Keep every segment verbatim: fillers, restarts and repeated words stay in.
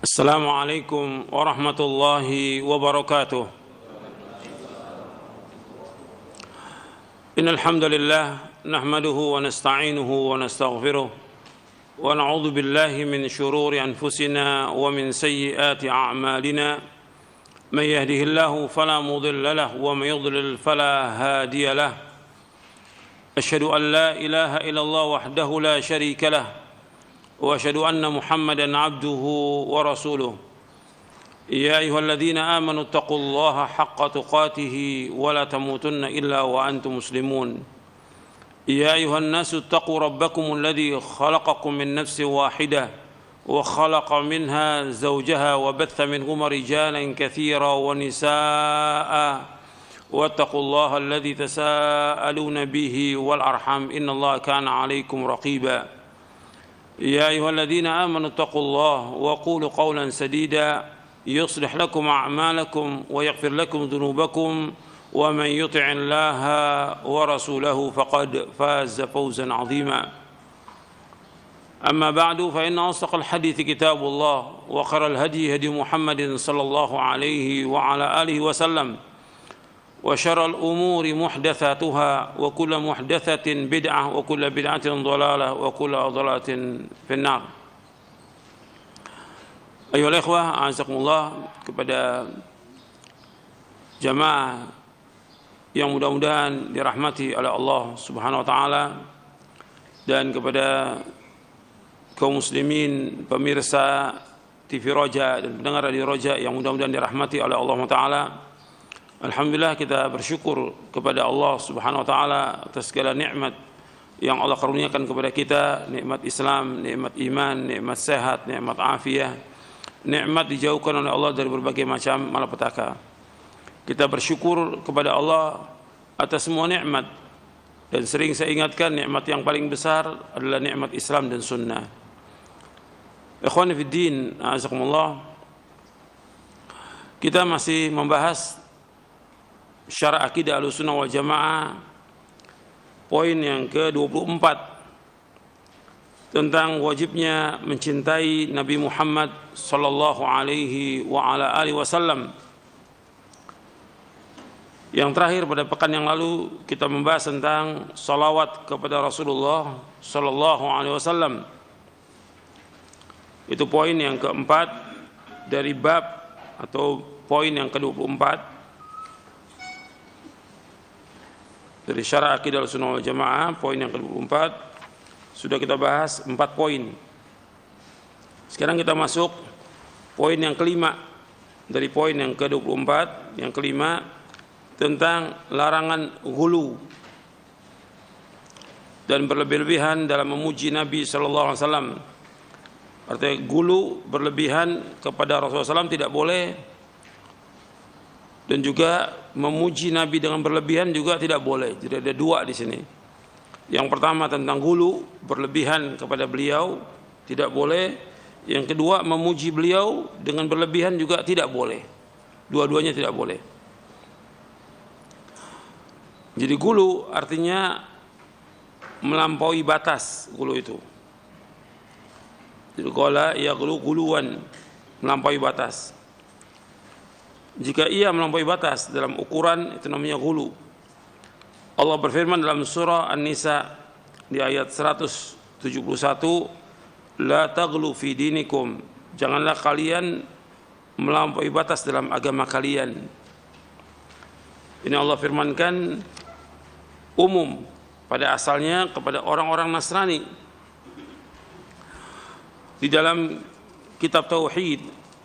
السلام عليكم ورحمة الله وبركاته. إن الحمد لله نحمده ونستعينه ونستغفره ونعوذ بالله من شرور أنفسنا ومن سيئات أعمالنا. من يهده الله فلا مضل له ومن يضلل فلا هادي له. أشهد أن لا إله إلا الله وحده لا شريك له وأشهد أن محمدًا عبده ورسوله. يا أيها الذين آمنوا اتقوا الله حق تقاته ولا تموتن إلا وأنتم مسلمون. يا أيها الناس اتقوا ربكم الذي خلقكم من نفس واحدة وخلق منها زوجها وبث منهما رجالا كثيرا ونساء واتقوا الله الذي تساءلون به والأرحام إن الله كان عليكم رقيبا. يا أيها الذين آمنوا اتقوا الله وقولوا قولا سديدا يصلح لكم أعمالكم ويغفر لكم ذنوبكم ومن يطع الله ورسوله فقد فاز فوزا عظيما. أما بعد فإن أصدق الحديث كتاب الله وخير الهدي هدي محمد صلى الله عليه وعلى آله وسلم وشر الأمور محدثاتها وكل محدثة بدعة وكل بدعة ضلالة وكل ضلالة في النار. Ayolah ikhwah, a'azakumullah, kepada jamaah yang mudah-mudahan dirahmati oleh Allah Subhanahu wa taala, dan kepada kaum muslimin pemirsa T V Roja dan pendengar radio Roja yang mudah-mudahan dirahmati oleh Allah taala. Alhamdulillah, kita bersyukur kepada Allah Subhanahu wa taala atas segala nikmat yang Allah karuniakan kepada kita, nikmat Islam, nikmat iman, nikmat sehat, nikmat afiah, nikmat dijauhkan oleh Allah dari berbagai macam malapetaka. Kita bersyukur kepada Allah atas semua nikmat, dan sering saya ingatkan nikmat yang paling besar adalah nikmat Islam dan sunnah. Ikhwani fid din, a'azakumullah, kita masih membahas syarah akidah Ahlussunnah wal Jamaah, poin yang ke dua puluh empat, tentang wajibnya mencintai Nabi Muhammad sallallahu alaihi wa ala alihi wasallam. Yang terakhir pada pekan yang lalu kita membahas tentang salawat kepada Rasulullah sallallahu alaihi wasallam. Itu poin yang keempat dari bab atau poin yang ke dua puluh empat dari syarah akidah Ahlussunnah wal Jamaah, poin yang ke dua puluh empat. Sudah kita bahas empat poin. Sekarang kita masuk poin yang kelima dari poin yang ke dua puluh empat. Yang kelima tentang larangan ghulu dan berlebih-lebihan dalam memuji Nabi sallallahu alaihi wasallam. Artinya ghulu, berlebihan kepada Rasulullah sallallahu alaihi wasallam tidak boleh, dan juga memuji Nabi dengan berlebihan juga tidak boleh. Jadi ada dua di sini. Yang pertama tentang ghulu, berlebihan kepada beliau, tidak boleh. Yang kedua, memuji beliau dengan berlebihan juga tidak boleh. Dua-duanya tidak boleh. Jadi ghulu artinya melampaui batas, ghulu itu. Jadi qala yaghlu ghuluwan, melampaui batas. Jika ia melampaui batas dalam ukuran, itu namanya ghulu. Allah berfirman dalam surah An-Nisa di ayat seratus tujuh puluh satu, la taghlu fi dinikum, janganlah kalian melampaui batas dalam agama kalian. Ini Allah firmankan umum pada asalnya kepada orang-orang Nasrani. Di dalam kitab Tauhid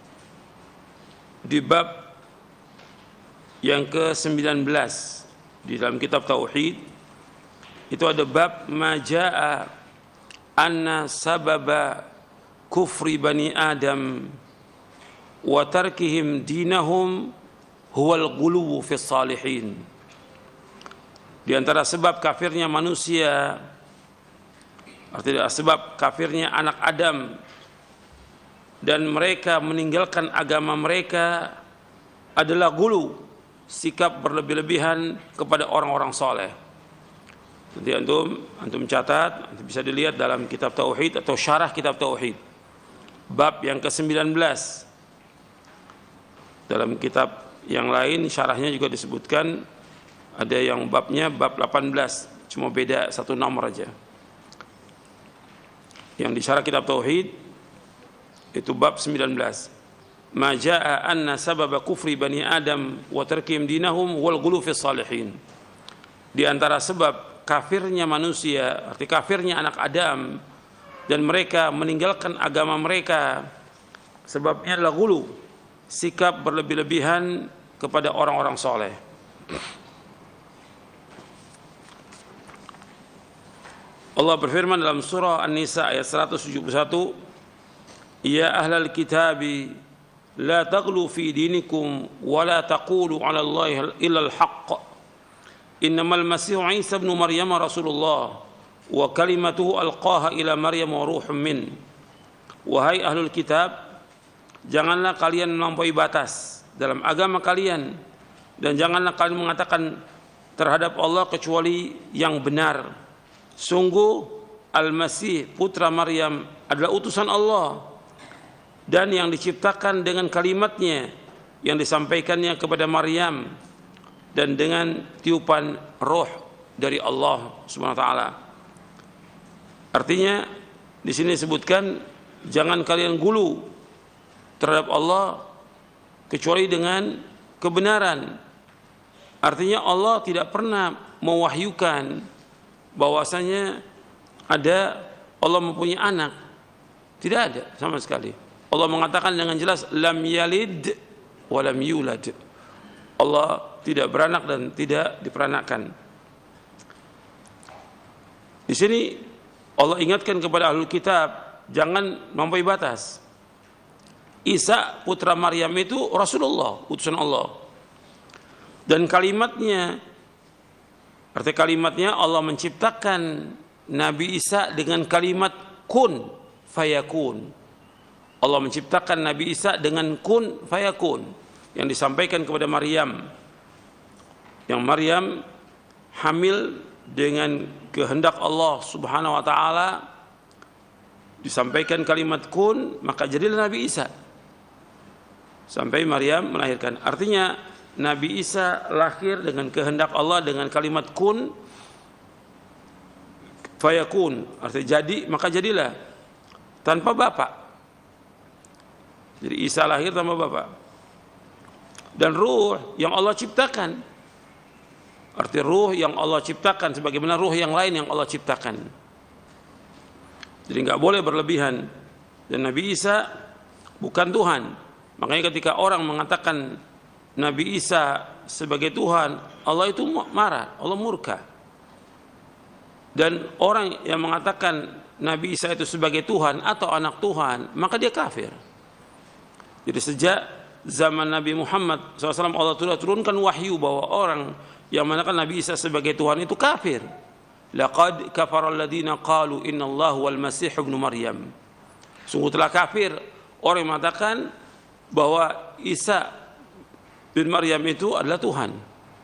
di bab yang ke sembilan belas, di dalam kitab Tauhid itu ada bab majaa anna sababa kufri bani Adam wa tarkihim dinahum huwal ghuluw fis salihin. Di antara sebab kafirnya manusia, artinya sebab kafirnya anak Adam dan mereka meninggalkan agama mereka adalah ghulu, sikap berlebih-lebihan kepada orang-orang soleh. Nanti antum antum catat, nanti bisa dilihat dalam kitab Tauhid atau syarah kitab Tauhid. bab yang ke sembilan belas. Dalam kitab yang lain syarahnya juga disebutkan ada yang babnya bab delapan belas, cuma beda satu nomor aja. Yang di syarah kitab tauhid itu bab sembilan belas. Ma jaa anna sababa kufri bani Adam wa tarkim dinahum wal ghulu fi salihin. Di antara sebab kafirnya manusia, arti kafirnya anak Adam dan mereka meninggalkan agama mereka, sebabnya adalah ghulu, sikap berlebih-lebihan kepada orang-orang soleh. Allah berfirman dalam surah An-Nisa ayat seratus tujuh puluh satu, ya ahlal kitabi la taghlu fi dinikum wa la taqulu 'ala Allahi illa al-haqq innamal masihu Isa ibn Maryam rasulullah wa kalimatuhu alqaha ila Maryam wa ruhum min. Wahai ahlul kitab, janganlah kalian melampaui batas dalam agama kalian dan janganlah kalian mengatakan terhadap Allah kecuali yang benar. Sungguh Al-Masih putra Maryam adalah utusan Allah dan yang diciptakan dengan kalimatnya yang disampaikannya kepada Maryam dan dengan tiupan roh dari Allah Subhanahu wa taala. Artinya di sini disebutkan jangan kalian gulu terhadap Allah kecuali dengan kebenaran. Artinya Allah tidak pernah mewahyukan bahwasanya ada Allah mempunyai anak. Tidak ada sama sekali. Allah mengatakan dengan jelas lam yalid wa lam yulad. Allah tidak beranak dan tidak diperanakkan. Di sini Allah ingatkan kepada ahlul kitab jangan melampaui batas. Isa putra Maryam itu Rasulullah, utusan Allah. Dan kalimatnya, arti kalimatnya Allah menciptakan Nabi Isa dengan kalimat kun fayakun. Allah menciptakan Nabi Isa dengan kun fayakun yang disampaikan kepada Maryam. Yang Maryam hamil dengan kehendak Allah Subhanahu wa taala, disampaikan kalimat kun, maka jadilah Nabi Isa. Sampai Maryam melahirkan. Artinya Nabi Isa lahir dengan kehendak Allah dengan kalimat kun fayakun, artinya jadi maka jadilah, tanpa bapak. Jadi Isa lahir tanpa bapak. Dan ruh yang Allah ciptakan, arti ruh yang Allah ciptakan sebagaimana ruh yang lain yang Allah ciptakan. Jadi nggak boleh berlebihan. Dan Nabi Isa bukan Tuhan. Makanya ketika orang mengatakan Nabi Isa sebagai Tuhan, Allah itu marah, Allah murka. Dan orang yang mengatakan Nabi Isa itu sebagai Tuhan atau anak Tuhan, maka dia kafir. Jadi sejak zaman Nabi Muhammad shallallahu alaihi wasallam Allah telah turunkan wahyu bahwa orang yang mengatakan Nabi Isa sebagai Tuhan itu kafir. Laqad kafara alladziina qalu innallahu wal masih ibnu Maryam. Sungguh telah kafir orang yang mengatakan bahwa Isa bin Maryam itu adalah Tuhan.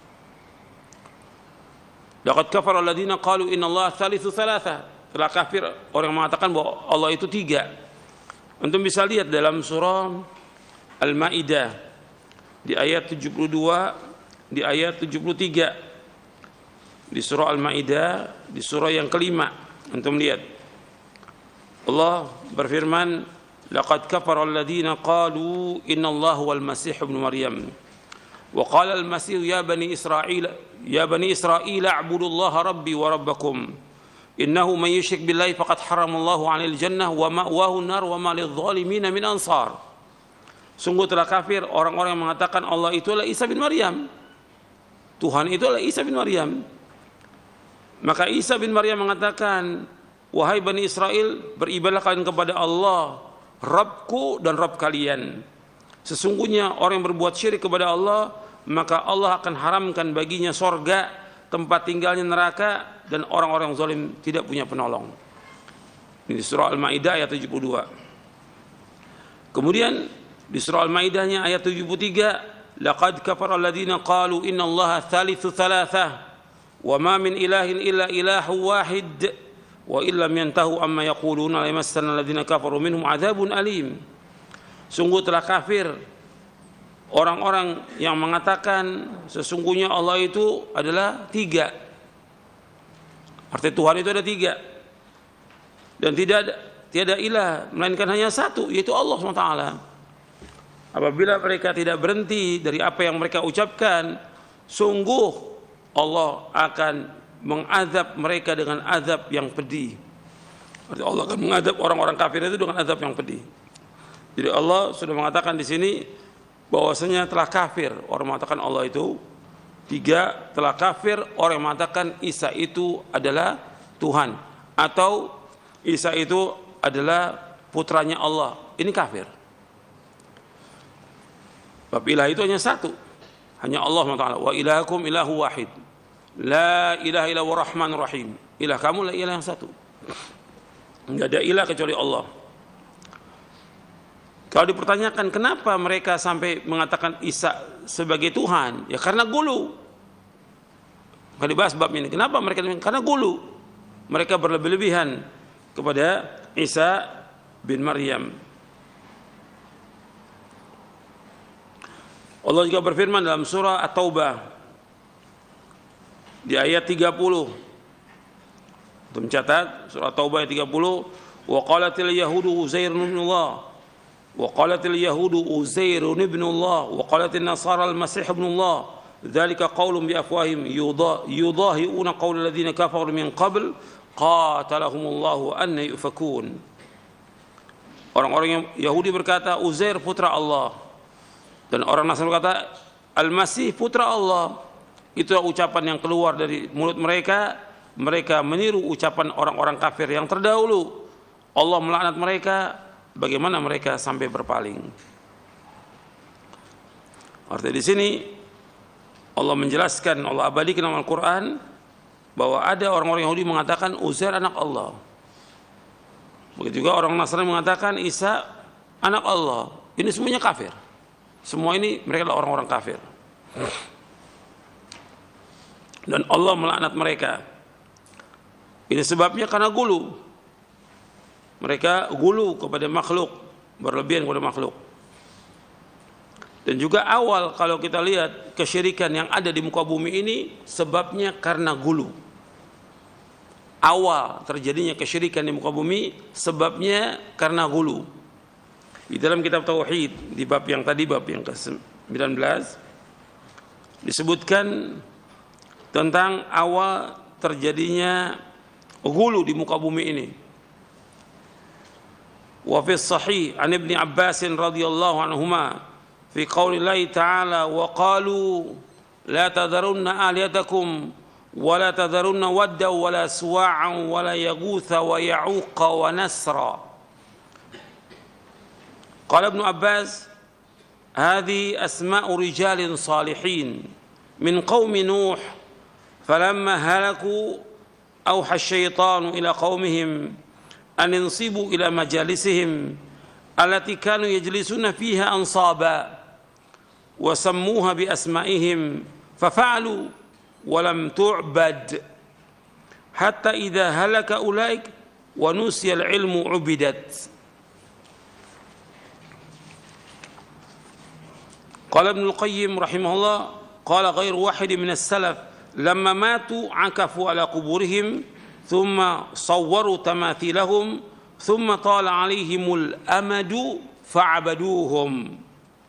Laqad kafara alladziina qalu innallaha tsalitsu tsalatsa. Telah kafir orang yang mengatakan bahwa Allah itu tiga. Antum bisa lihat dalam surah Al-Maidah di ayat tujuh puluh dua, di ayat tujuh puluh tiga. Di surah Al-Maidah, di surah yang kelima, antum lihat. Allah berfirman, "Laqad kafara alladziina qalu innallaha wal masih ibnu Maryam." Wa qala al-masih ya bani Israil ya bani Israil a'budullaha rabbi wa rabbakum. Innahu man yusyrik billahi faqad haramallahu 'alal jannah wa ma'wahu an-nar wa ma lidh-dhalimin min ansar. Sungguh telah kafir orang-orang yang mengatakan Allah itu adalah Isa bin Maryam. Tuhan itu adalah Isa bin Maryam. Maka Isa bin Maryam mengatakan, wahai Bani Israel, beribadahlah kalian kepada Allah, Rabbku dan Rabb kalian. Sesungguhnya orang yang berbuat syirik kepada Allah, maka Allah akan haramkan baginya sorga, tempat tinggalnya neraka, dan orang-orang zalim tidak punya penolong. Ini surah Al-Maidah ayat tujuh puluh dua. Kemudian di surah Al-Maidahnya ayat tujuh puluh tiga, laqad kafara alladziina qalu innallaha tsalitsu tsalatsah wa ma min ilahin illa ilahu wahid wa illam yantahu amma yaquluna la yamassanna alladziina kafaru minhum 'adzabun alim. Sungguh telah kafir orang-orang yang mengatakan sesungguhnya Allah itu adalah tiga. Arti Tuhan itu ada tiga. Dan tidak ada, tiada ilah melainkan hanya satu, yaitu Allah subhanahu wa taala. Apabila mereka tidak berhenti dari apa yang mereka ucapkan, sungguh Allah akan mengazab mereka dengan azab yang pedih. Arti Allah akan mengazab orang-orang kafir itu dengan azab yang pedih. Jadi Allah sudah mengatakan di sini bahwasanya telah kafir orang mengatakan Allah itu tiga, telah kafir orang yang mengatakan Isa itu adalah Tuhan atau Isa itu adalah putranya Allah. Ini kafir. Sebab ilah itu hanya satu, hanya Allah subhanahu wa taala. Wa ilahakum ilahu wahid, la ilaha illa huwa rahmanur rahim. Ilah kamu lah ilah yang satu, enggak ada ilah kecuali Allah. Kalau dipertanyakan kenapa mereka sampai mengatakan Isa sebagai Tuhan, ya karena gulu. Kalau dibahas bab ini, kenapa mereka? Karena gulu. Mereka berlebih-lebihan kepada Isa bin Maryam. Allah juga berfirman dalam surah At-Taubah di ayat tiga puluh. Untuk mencatat surah At-Taubah ayat tiga puluh, wa qalatil yahudu Uzairun ibnullah wa qalatil yahudu Uzairun ibnullah wa qalatil nasara al-masih ibnullah dzalika qaulun bi afwahim yudahiuna qaulal ladzina kafaru min qabl qatalahumullahu anna yufakun. Orang-orang yang Yahudi berkata Uzair putra Allah, dan orang Nasrani berkata Al-Masih putra Allah. Itulah ucapan yang keluar dari mulut mereka. Mereka meniru ucapan orang-orang kafir yang terdahulu. Allah melaknat mereka. Bagaimana mereka sampai berpaling? Artinya di sini Allah menjelaskan, Allah abadikan dalam Al-Quran bahwa ada orang-orang Yahudi mengatakan Uzair anak Allah. Begitu juga orang Nasrani mengatakan Isa anak Allah. Ini semuanya kafir. Semua ini mereka adalah orang-orang kafir. Dan Allah melaknat mereka. Ini sebabnya karena gulu. Mereka gulu kepada makhluk, berlebihan kepada makhluk. Dan juga awal kalau kita lihat kesyirikan yang ada di muka bumi ini sebabnya karena gulu. Awal terjadinya kesyirikan di muka bumi sebabnya karena gulu. Di dalam kitab Tauhid di bab yang tadi, bab yang ke sembilan belas, disebutkan tentang awal terjadinya gulu di muka bumi ini. Wa fi sahih an Ibnu Abbas radhiyallahu anhuma fi qaulillahi ta'ala wa qalu la tadharunna alihatakum wa la tadharunna wadda wa la suwa'an wa la yaghutha wa ya'uqa wa nasra. Qala Ibnu Abbas hadhi asma'u rijalin salihin min qaumi Nuh falamma halaku awha asy-syaitanu ila qaumihim an insibu ila majalisihim allati kanu yajlisuna fiha ansaba wa sammuha bi asma'ihim fafa'alu wa lam tu'bad hatta idza halaka ulaik wa nusiya al-ilmu ubidat. Qala Ibnu Al-Qayyim rahimahullah qala ghairu wahid min as-salaf lamma matu akafu ala quburihim thumma sawwaru tamathilahum thumma tala alaihimul amadu fa'abaduhum.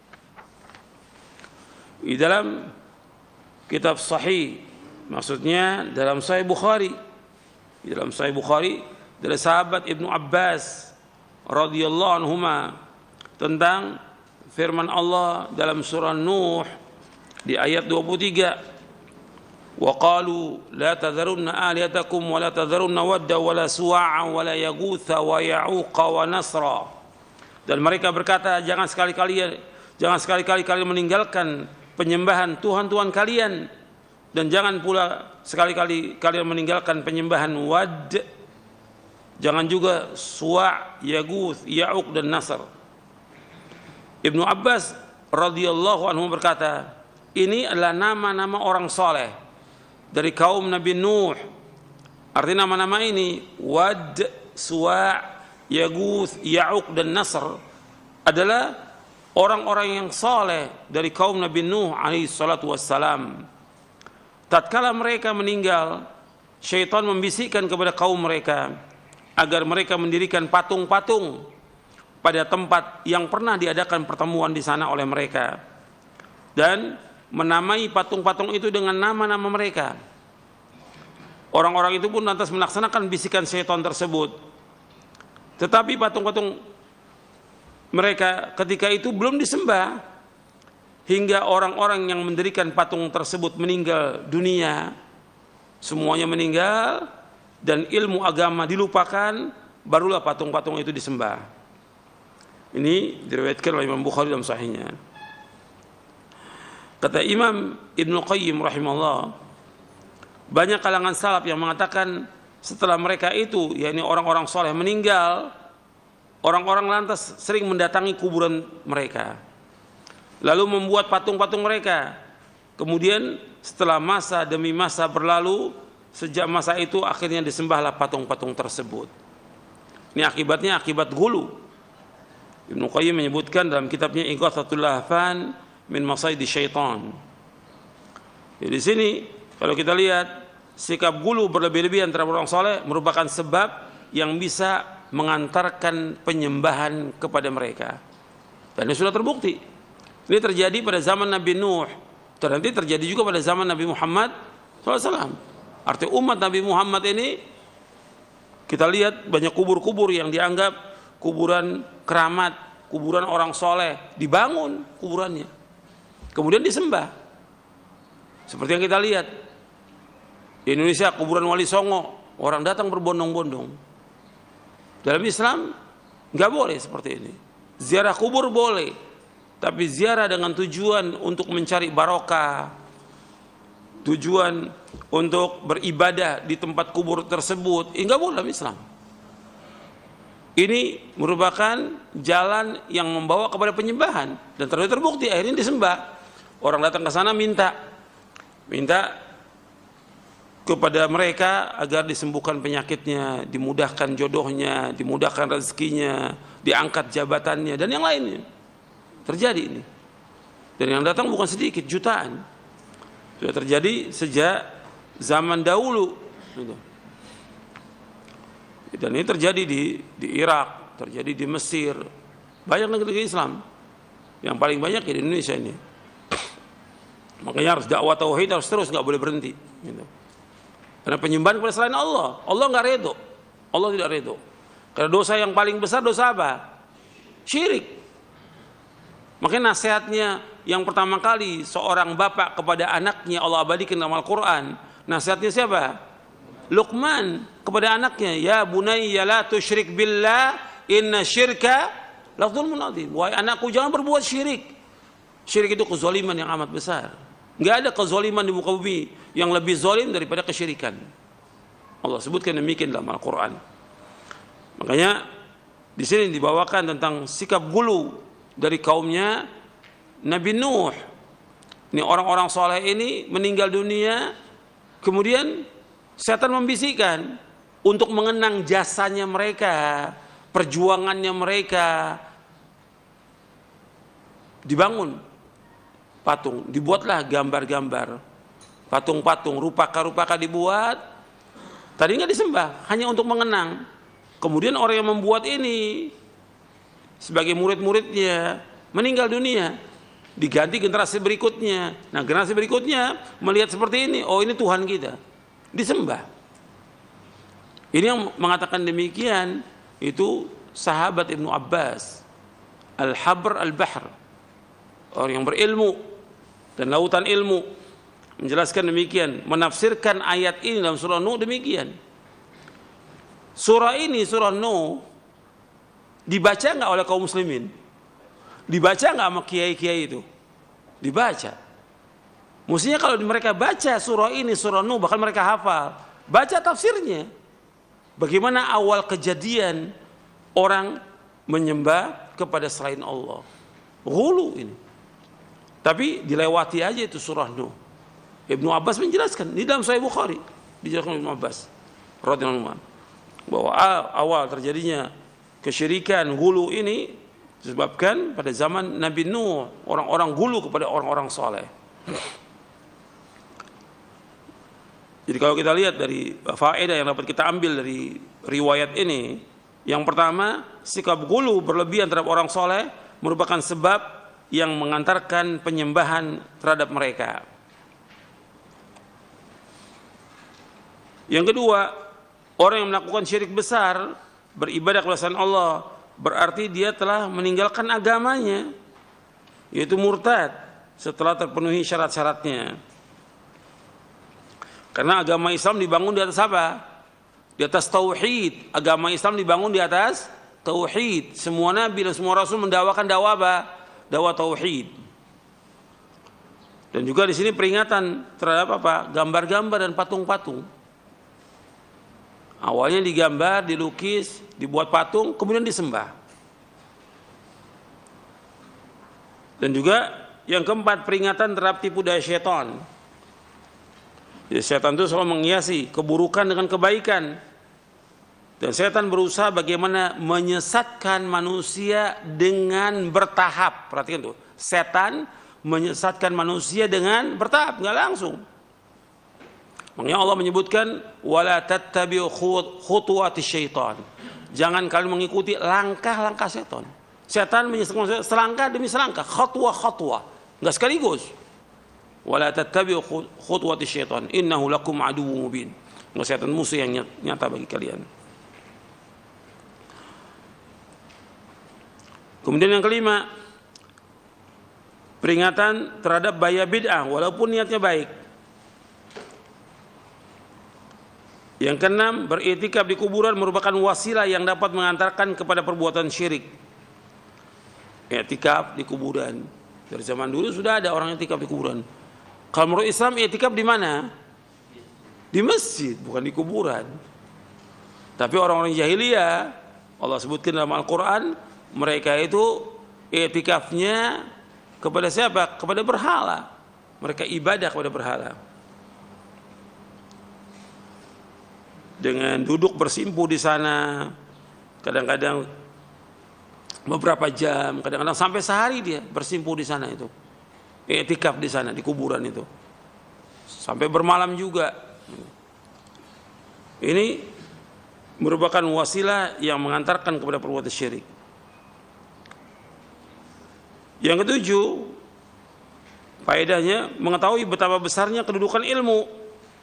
Di dalam kitab sahih, maksudnya dalam Sahih Bukhari, di dalam Sahih Bukhari dari sahabat Ibnu Abbas radhiyallahu anhuma tentang firman Allah dalam surah Nuh di ayat dua puluh tiga, wa qalu la tadharunna alihatakum wa la tadharunna wadda wa la suwa'an wa la yaghutha wa ya'uqa wa nasra. Dan mereka berkata, jangan sekali-kali jangan sekali-kali kalian meninggalkan penyembahan tuhan-tuhan kalian, dan jangan pula sekali-kali kalian meninggalkan penyembahan Wad, jangan juga Suwa', Yaguth, Ya'uq dan Nasr. Ibnu Abbas radhiyallahu anhu berkata, ini adalah nama-nama orang soleh dari kaum Nabi Nuh Artinya nama-nama ini Wad, Suwa', Yaguth, Ya'uq dan Nasr adalah orang-orang yang saleh dari kaum Nabi Nuh alaihi salatu wassalam. Tatkala mereka meninggal, syaitan membisikkan kepada kaum mereka agar mereka mendirikan patung-patung pada tempat yang pernah diadakan pertemuan di sana oleh mereka, dan menamai patung-patung itu dengan nama-nama mereka. Orang-orang itu pun lantas melaksanakan bisikan syaitan tersebut. Tetapi patung-patung mereka ketika itu belum disembah, hingga orang-orang yang mendirikan patung tersebut meninggal dunia, semuanya meninggal dan ilmu agama dilupakan, barulah patung-patung itu disembah. Ini diriwayatkan oleh Imam Bukhari dalam sahihnya. Kata Imam Ibnu Qayyim rahimahullah, banyak kalangan salaf yang mengatakan setelah mereka itu, yakni orang-orang soleh meninggal, orang-orang lantas sering mendatangi kuburan mereka, lalu membuat patung-patung mereka. Kemudian setelah masa demi masa berlalu, sejak masa itu akhirnya disembahlah patung-patung tersebut. Ini akibatnya akibat gulu. Ibnu Qayyim menyebutkan dalam kitabnya Ighatsatul Lahfan min Masaidi Syaitan. Jadi di sini kalau kita lihat, sikap gulu berlebih-lebihan terhadap orang soleh merupakan sebab yang bisa mengantarkan penyembahan kepada mereka. Dan ini sudah terbukti. Ini terjadi pada zaman Nabi Nuh, dan nanti terjadi juga pada zaman Nabi Muhammad shallallahu alaihi wasallam. Artinya umat Nabi Muhammad ini, kita lihat banyak kubur-kubur yang dianggap kuburan keramat, kuburan orang soleh, dibangun kuburannya, kemudian disembah. Seperti yang kita lihat di Indonesia, kuburan Wali Songo, orang datang berbondong-bondong. Dalam Islam nggak boleh seperti ini. Ziarah kubur boleh, tapi ziarah dengan tujuan untuk mencari barokah, tujuan untuk beribadah di tempat kubur tersebut, ini nggak boleh dalam Islam. Ini merupakan jalan yang membawa kepada penyembahan, dan ternyata terbukti akhirnya disembah. Orang datang ke sana minta, minta kepada mereka agar disembuhkan penyakitnya, dimudahkan jodohnya, dimudahkan rezekinya, diangkat jabatannya, dan yang lainnya. Terjadi ini, dan yang datang bukan sedikit, jutaan. Sudah terjadi sejak zaman dahulu, dan ini terjadi di di Irak, terjadi di Mesir, banyak negeri Islam. Yang paling banyak di Indonesia ini. Makanya harus dakwah tauhid, harus terus, nggak boleh berhenti. Gitu. Karena penyembahan kepada selain Allah, Allah nggak redho, Allah tidak redho. Karena dosa yang paling besar dosa apa? Syirik. Makanya nasihatnya yang pertama kali seorang bapak kepada anaknya Allah abadikan dalam Al-Quran. Nasihatnya siapa? Luqman kepada anaknya, ya bunayya la tusyrik billah inna syirka la dzulmun adzim. Wahai anakku, jangan berbuat syirik. Syirik itu kezaliman yang amat besar. Enggak ada kezaliman di muka bumi yang lebih zalim daripada kesyirikan. Allah sebutkan demikian dalam Al-Quran. Makanya di sini dibawakan tentang sikap gulu dari kaumnya Nabi Nuh. Ini orang-orang soleh ini meninggal dunia, kemudian setan membisikkan untuk mengenang jasanya mereka, perjuangannya mereka. Dibangun patung, dibuatlah gambar-gambar, patung-patung, rupaka-rupaka dibuat. Tadi nggak disembah, hanya untuk mengenang. Kemudian orang yang membuat ini sebagai murid-muridnya meninggal dunia, diganti generasi berikutnya. Nah, generasi berikutnya melihat seperti ini, oh ini Tuhan kita, disembah. Ini yang mengatakan demikian itu sahabat Ibnu Abbas, Al-Habr Al-Bahr, orang yang berilmu dan lautan ilmu, menjelaskan demikian, menafsirkan ayat ini dalam surah Nuh demikian. Surah ini, surah Nuh, dibaca nggak oleh kaum muslimin? Dibaca nggak sama kiai-kiai itu? Dibaca. Mestinya kalau mereka baca surah ini, surah Nuh, bahkan mereka hafal, baca tafsirnya. Bagaimana awal kejadian orang menyembah kepada selain Allah. Ghulu ini. Tapi dilewati aja itu surah Nuh. Ibnu Abbas menjelaskan, di dalam Sahih Bukhari dijelaskan Ibnu Abbas. radhiyallahu anhu bahwa awal terjadinya kesyirikan gulu ini disebabkan pada zaman Nabi Nuh, orang-orang gulu kepada orang-orang soleh. Jadi kalau kita lihat dari faedah yang dapat kita ambil dari riwayat ini, yang pertama, sikap gulu berlebihan terhadap orang soleh merupakan sebab yang mengantarkan penyembahan terhadap mereka. Yang kedua, orang yang melakukan syirik besar beribadah kepada selain Allah berarti dia telah meninggalkan agamanya, yaitu murtad setelah terpenuhi syarat-syaratnya. Karena agama Islam dibangun di atas apa? Di atas tauhid. Agama Islam dibangun di atas tauhid. Semua nabi dan semua rasul mendakwakan dakwah apa? Dakwah tauhid. Dan juga di sini peringatan terhadap apa? Gambar-gambar dan patung-patung. Awalnya digambar, dilukis, dibuat patung, kemudian disembah. Dan juga yang keempat, peringatan terhadap tipu daya syaitan. Jadi syaitan itu selalu menghiasi keburukan dengan kebaikan. Dan syaitan berusaha bagaimana menyesatkan manusia dengan bertahap. Perhatikan tuh, setan menyesatkan manusia dengan bertahap, nggak langsung. Makanya Allah menyebutkan wala tattabi'u khutuwati syaitan. Jangan kalian mengikuti langkah-langkah setan. Setan menyesatkan selangkah demi selangkah, khatwa-khatwa, enggak sekaligus. Wala tattabi'u khutuwati syaitan, innahu lakum aduwwun mubin. Setan musuh yang nyata bagi kalian. Kemudian yang kelima, peringatan terhadap bahaya bid'ah walaupun niatnya baik. Yang keenam, beriktikaf di kuburan merupakan wasilah yang dapat mengantarkan kepada perbuatan syirik. Iktikaf di kuburan. Dari zaman dulu sudah ada orang iktikaf di kuburan. Kalau menurut Islam iktikaf di mana? Di masjid, bukan di kuburan. Tapi orang-orang jahiliyah, Allah sebutkan dalam Al-Quran, mereka itu iktikafnya kepada siapa? Kepada berhala. Mereka ibadah kepada berhala. Dengan duduk bersimpu di sana, kadang-kadang beberapa jam, kadang-kadang sampai sehari dia bersimpu di sana itu, iktikaf di sana di kuburan itu, sampai bermalam juga. Ini merupakan wasilah yang mengantarkan kepada perbuatan syirik. Yang ketujuh, faedahnya mengetahui betapa besarnya kedudukan ilmu.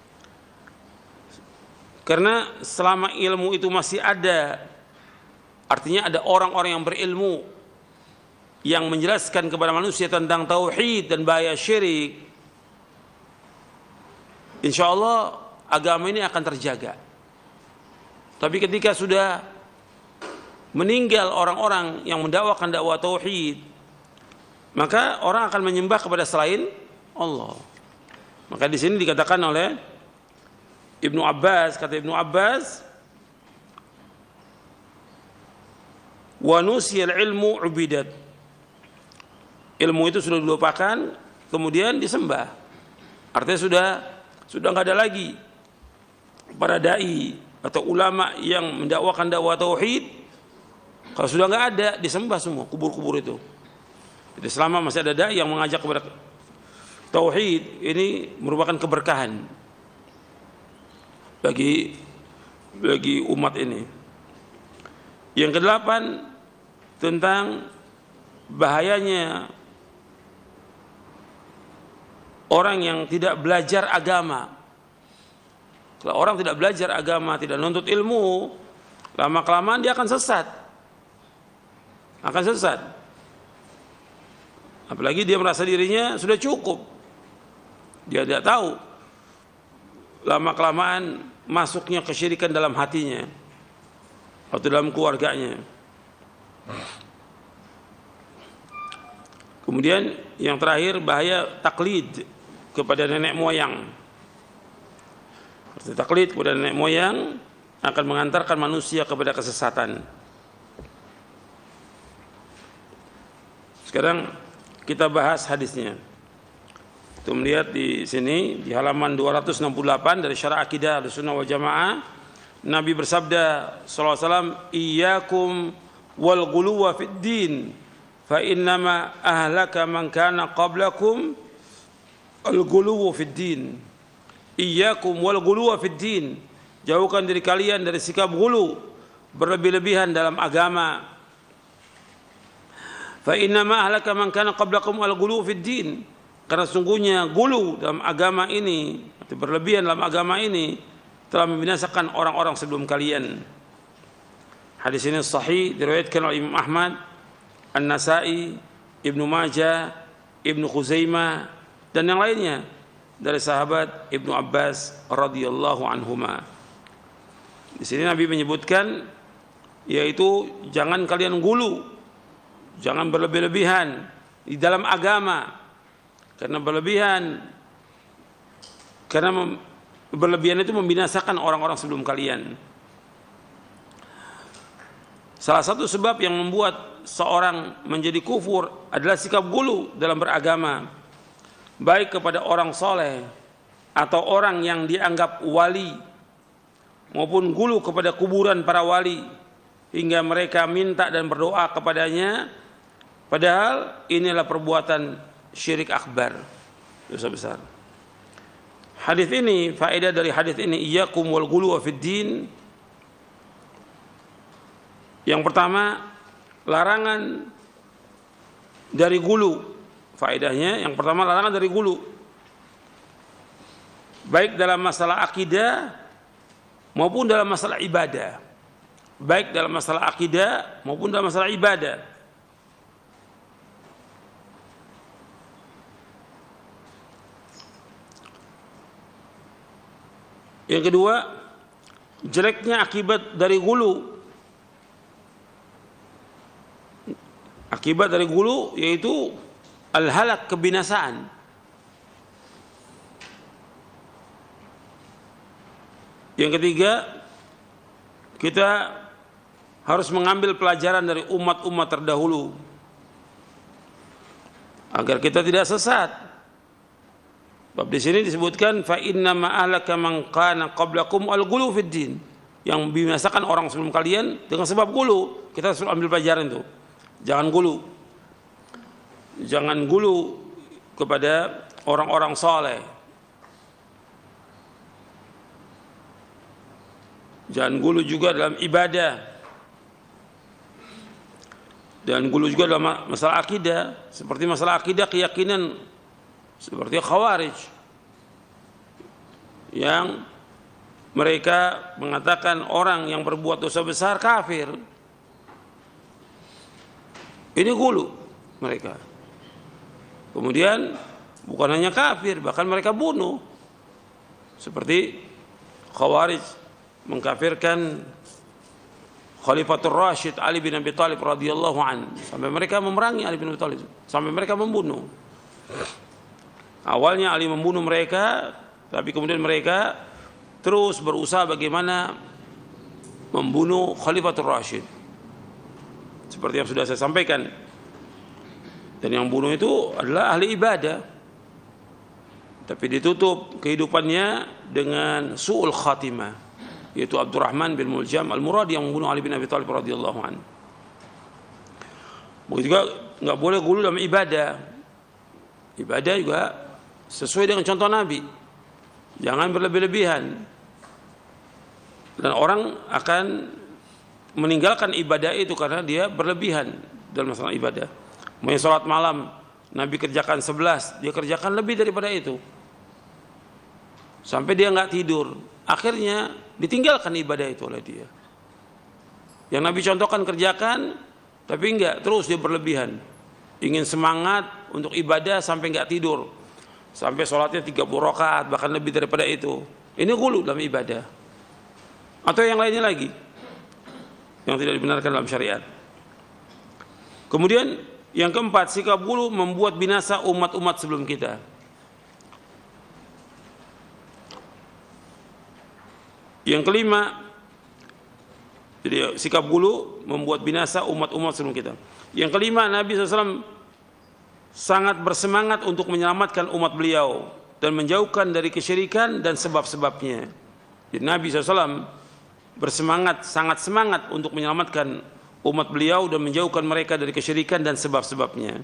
Karena selama ilmu itu masih ada, artinya ada orang-orang yang berilmu yang menjelaskan kepada manusia tentang tauhid dan bahaya syirik, insya Allah agama ini akan terjaga. Tapi ketika sudah meninggal orang-orang yang mendakwakan dakwah tauhid, maka orang akan menyembah kepada selain Allah. Maka di sini dikatakan oleh Ibnu Abbas, kata Ibnu Abbas, wa nusiyal ilmu ubidat. Ilmu itu sudah dilupakan, kemudian disembah. Artinya sudah sudah nggak ada lagi para dai atau ulama yang mendakwakan dakwah tauhid. Kalau sudah nggak ada, disembah semua kubur-kubur itu. Jadi selama masih ada dai yang mengajak kepada tauhid, ini merupakan keberkahan bagi bagi umat ini. Yang kedelapan, tentang bahayanya orang yang tidak belajar agama. Kalau orang tidak belajar agama, tidak nuntut ilmu, lama-kelamaan dia akan sesat. Akan sesat. Apalagi dia merasa dirinya sudah cukup. Dia tidak tahu lama-kelamaan masuknya kesyirikan dalam hatinya atau dalam keluarganya. Kemudian yang terakhir, bahaya taklid kepada nenek moyang. Taklid kepada nenek moyang akan mengantarkan manusia kepada kesesatan. Sekarang kita bahas hadisnya. Itu melihat di sini di halaman dua ratus enam puluh delapan dari Syarah Aqidah Ahlussunnah wal Jamaah, Nabi bersabda sallallahu alaihi wasallam, "Iyyakum wal ghuluwa fid din, fa innama ahlaka man kana qablakum al ghuluwu fid din." Iyyakum wal ghuluwa fid din. Jauhkan diri kalian dari sikap ghulu, berlebih-lebihan dalam agama. Fa innama ahlaka man kana qablakum al ghuluwu fid din. Karena sungguhnya ghulu dalam agama ini, atau berlebihan dalam agama ini telah membinasakan orang-orang sebelum kalian. Hadis ini sahih diriwayatkan oleh Imam Ahmad, An-Nasa'i, Ibnu Majah, Ibnu Khuzaimah dan yang lainnya dari sahabat Ibnu Abbas radhiyallahu anhuma. Di sini Nabi menyebutkan yaitu jangan kalian gulu, jangan berlebih-lebihan di dalam agama. Karena berlebihan karena berlebihan itu membinasakan orang-orang sebelum kalian. Salah satu sebab yang membuat seorang menjadi kufur adalah sikap gulu dalam beragama, baik kepada orang soleh atau orang yang dianggap wali, maupun gulu kepada kuburan para wali hingga mereka minta dan berdoa kepadanya, padahal inilah perbuatan syirik akbar, dosa besar. Hadis ini, faedah dari hadis ini, iyyakum wal ghuluwa fid din. Yang pertama, larangan dari gulu. Faedahnya yang pertama, larangan dari gulu, baik dalam masalah akidah maupun dalam masalah ibadah. Baik dalam masalah akidah maupun dalam masalah ibadah. Yang kedua, jeleknya akibat dari gulu. Akibat dari gulu yaitu al-halak, kebinasaan. Yang ketiga, kita harus mengambil pelajaran dari umat-umat terdahulu agar kita tidak sesat. Bab di sini disebutkan fa inna ma ahlaka man kana qablakum al-ghulu fid din. Yang membinasakan orang sebelum kalian dengan sebab gulu. Kita harus ambil pelajaran itu. Jangan gulu. Jangan gulu kepada orang-orang saleh. Jangan gulu juga dalam ibadah. Dan gulu juga dalam masalah akidah, seperti masalah akidah keyakinan seperti Khawarij yang mereka mengatakan orang yang berbuat dosa besar kafir. Ini gulu mereka. Kemudian bukan hanya kafir, bahkan mereka bunuh. Seperti Khawarij mengkafirkan Khalifatul Rashid Ali bin Abi Thalib radhiyallahu an, sampai mereka memerangi Ali bin Abi Thalib, sampai mereka membunuh. Awalnya Ali membunuh mereka, tapi kemudian mereka terus berusaha bagaimana membunuh Khalifatul Rashid. Seperti yang sudah saya sampaikan. Dan yang bunuh itu adalah ahli ibadah. Tapi ditutup kehidupannya dengan su'ul khatimah, yaitu Abdurrahman bin Muljam Al-Muradi yang membunuh Ali bin Abi Thalib radhiyallahu anhu. Begitu juga enggak boleh gulu dalam ibadah. Ibadah juga sesuai dengan contoh Nabi. Jangan berlebih-lebihan. Dan orang akan meninggalkan ibadah itu karena dia berlebihan dalam masalah ibadah. Mau sholat malam, Nabi kerjakan sebelas, dia kerjakan lebih daripada itu. Sampai dia nggak tidur. Akhirnya ditinggalkan ibadah itu oleh dia. Yang Nabi contohkan kerjakan, tapi enggak, terus dia berlebihan. Ingin semangat untuk ibadah sampai enggak tidur. Sampai sholatnya tiga puluh rakaat, bahkan lebih daripada itu. Ini gulu dalam ibadah. Atau yang lainnya lagi, yang tidak dibenarkan dalam syariat. Kemudian yang keempat, sikap gulu membuat binasa umat-umat sebelum kita. Yang kelima, jadi sikap gulu membuat binasa umat-umat sebelum kita. Yang kelima, Nabi shallallahu alaihi wasallam sangat bersemangat untuk menyelamatkan umat beliau dan menjauhkan dari kesyirikan dan sebab-sebabnya. Jadi Nabi shallallahu alaihi wasallam bersemangat, sangat semangat untuk menyelamatkan umat beliau dan menjauhkan mereka dari kesyirikan dan sebab-sebabnya.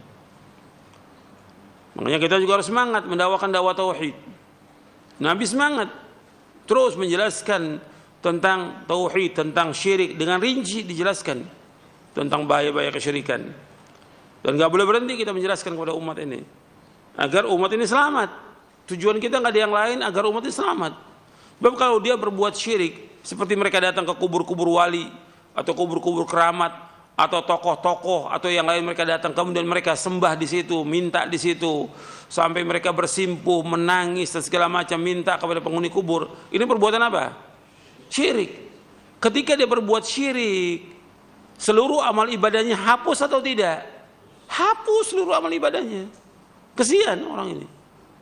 Makanya kita juga harus semangat mendakwakan dakwah tauhid. Nabi semangat terus menjelaskan tentang tauhid, tentang syirik, dengan rinci dijelaskan tentang bahaya-bahaya kesyirikan. Dan gak boleh berhenti kita menjelaskan kepada umat ini agar umat ini selamat. Tujuan kita gak ada yang lain agar umat ini selamat. Sebab kalau dia berbuat syirik, seperti mereka datang ke kubur-kubur wali atau kubur-kubur keramat atau tokoh-tokoh atau yang lain, mereka datang kemudian mereka sembah di situ, minta di situ, sampai mereka bersimpuh, menangis dan segala macam, minta kepada penghuni kubur. Ini perbuatan apa? Syirik. Ketika dia berbuat syirik, seluruh amal ibadahnya hapus atau tidak? Hapus seluruh amal ibadahnya. Kesian orang ini.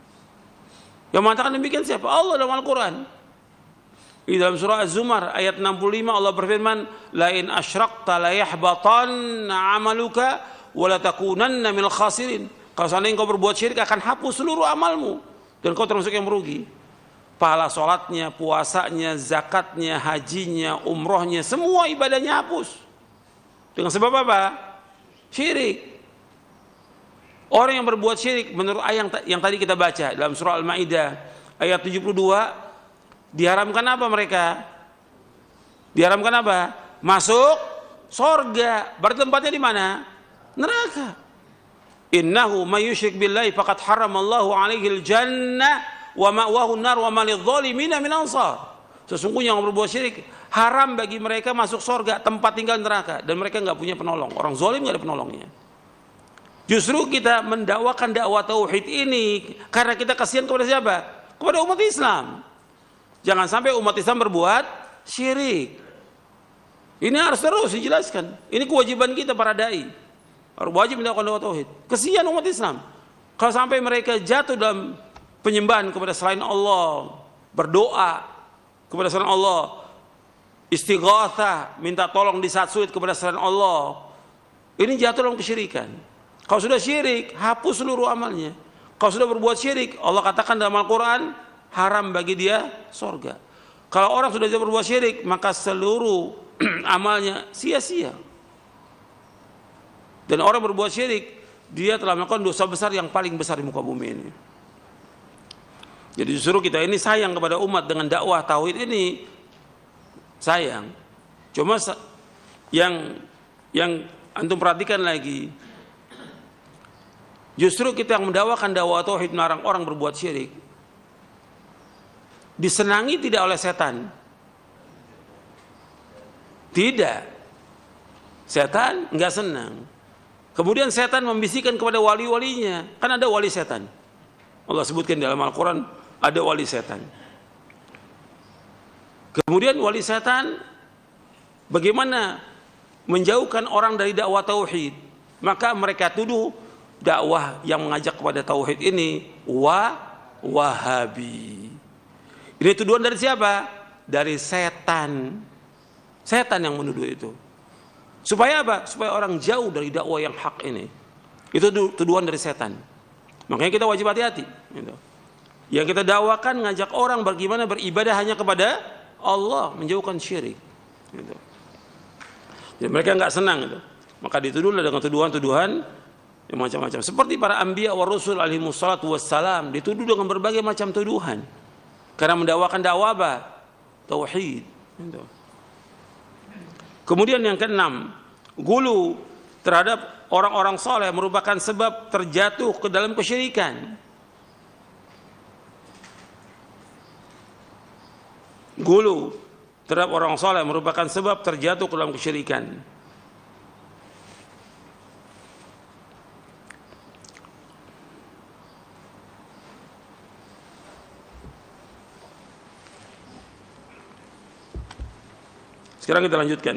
Yang mengatakan demikian siapa? Allah dalam Al-Quran. Di dalam surah Az-Zumar ayat enam puluh lima Allah berfirman, la in asyrakta la yahbatanna amaluka wa la takunanna minal khasirin. Kalau seandainya engkau berbuat syirik akan hapus seluruh amalmu dan kau termasuk yang merugi. Pahala sholatnya, puasanya, zakatnya, hajinya, umrohnya, semua ibadahnya hapus. Dengan sebab apa? Syirik. Orang yang berbuat syirik menurut ayat yang tadi kita baca dalam surah Al-Maidah ayat tujuh puluh dua, diharamkan apa mereka? Diharamkan apa? Masuk sorga. Berarti tempatnya di mana? Neraka. Innahu may yusyrik billahi faqad haramallahu alaihil jannah wa ma'wahu an-nar wa ma lidh-dhalimina min ansar. Sesungguhnya yang berbuat syirik haram bagi mereka masuk sorga, tempat tinggal neraka, dan mereka nggak punya penolong. Orang zalim nggak ada penolongnya. Justru kita mendakwakan dakwah tauhid ini karena kita kasihan kepada siapa? Kepada umat Islam. Jangan sampai umat Islam berbuat syirik. Ini harus terus dijelaskan. Ini kewajiban kita para dai. Harus wajib mendakwakan dakwah tauhid. Kasihan umat Islam. Kalau sampai mereka jatuh dalam penyembahan kepada selain Allah, berdoa kepada selain Allah, istighatsah, minta tolong di saat sulit kepada selain Allah, ini jatuh dalam kesyirikan. Kalau sudah syirik, hapus seluruh amalnya. Kalau sudah berbuat syirik, Allah katakan dalam Al-Quran, haram bagi dia sorga. Kalau orang sudah berbuat syirik, maka seluruh amalnya sia-sia. Dan orang berbuat syirik, dia telah melakukan dosa besar yang paling besar di muka bumi ini. Jadi justru kita ini sayang kepada umat dengan dakwah tauhid ini, sayang. Cuma yang yang antum perhatikan lagi, justru kita yang mendakwakan dakwah tauhid melarang orang berbuat syirik, disenangi tidak oleh setan? Tidak. Setan enggak senang. Kemudian setan membisikkan kepada wali-walinya. Kan ada wali setan. Allah sebutkan dalam Al-Quran ada wali setan. Kemudian wali setan bagaimana menjauhkan orang dari dakwah tauhid? Maka mereka tuduh dakwah yang mengajak kepada tauhid ini wa wahabi. Ini tuduhan dari siapa? Dari setan. Setan yang menuduh itu. Supaya apa? Supaya orang jauh dari dakwah yang hak ini. Itu tuduhan dari setan. Makanya kita wajib hati-hati. Yang kita dakwakan ngajak orang bagaimana beribadah hanya kepada Allah, menjauhkan syirik. Jadi mereka nggak senang itu. Maka dituduhlah dengan tuduhan-tuduhan yang macam-macam. Seperti para anbiya wa rasul alaihi wassalatu wassalam dituduh dengan berbagai macam tuduhan. Karena mendakwakan dakwah apa? Tauhid. Kemudian yang keenam, gulu terhadap orang-orang soleh merupakan sebab terjatuh ke dalam kesyirikan. Gulu terhadap orang soleh merupakan sebab terjatuh ke dalam kesyirikan. Sekarang kita lanjutkan.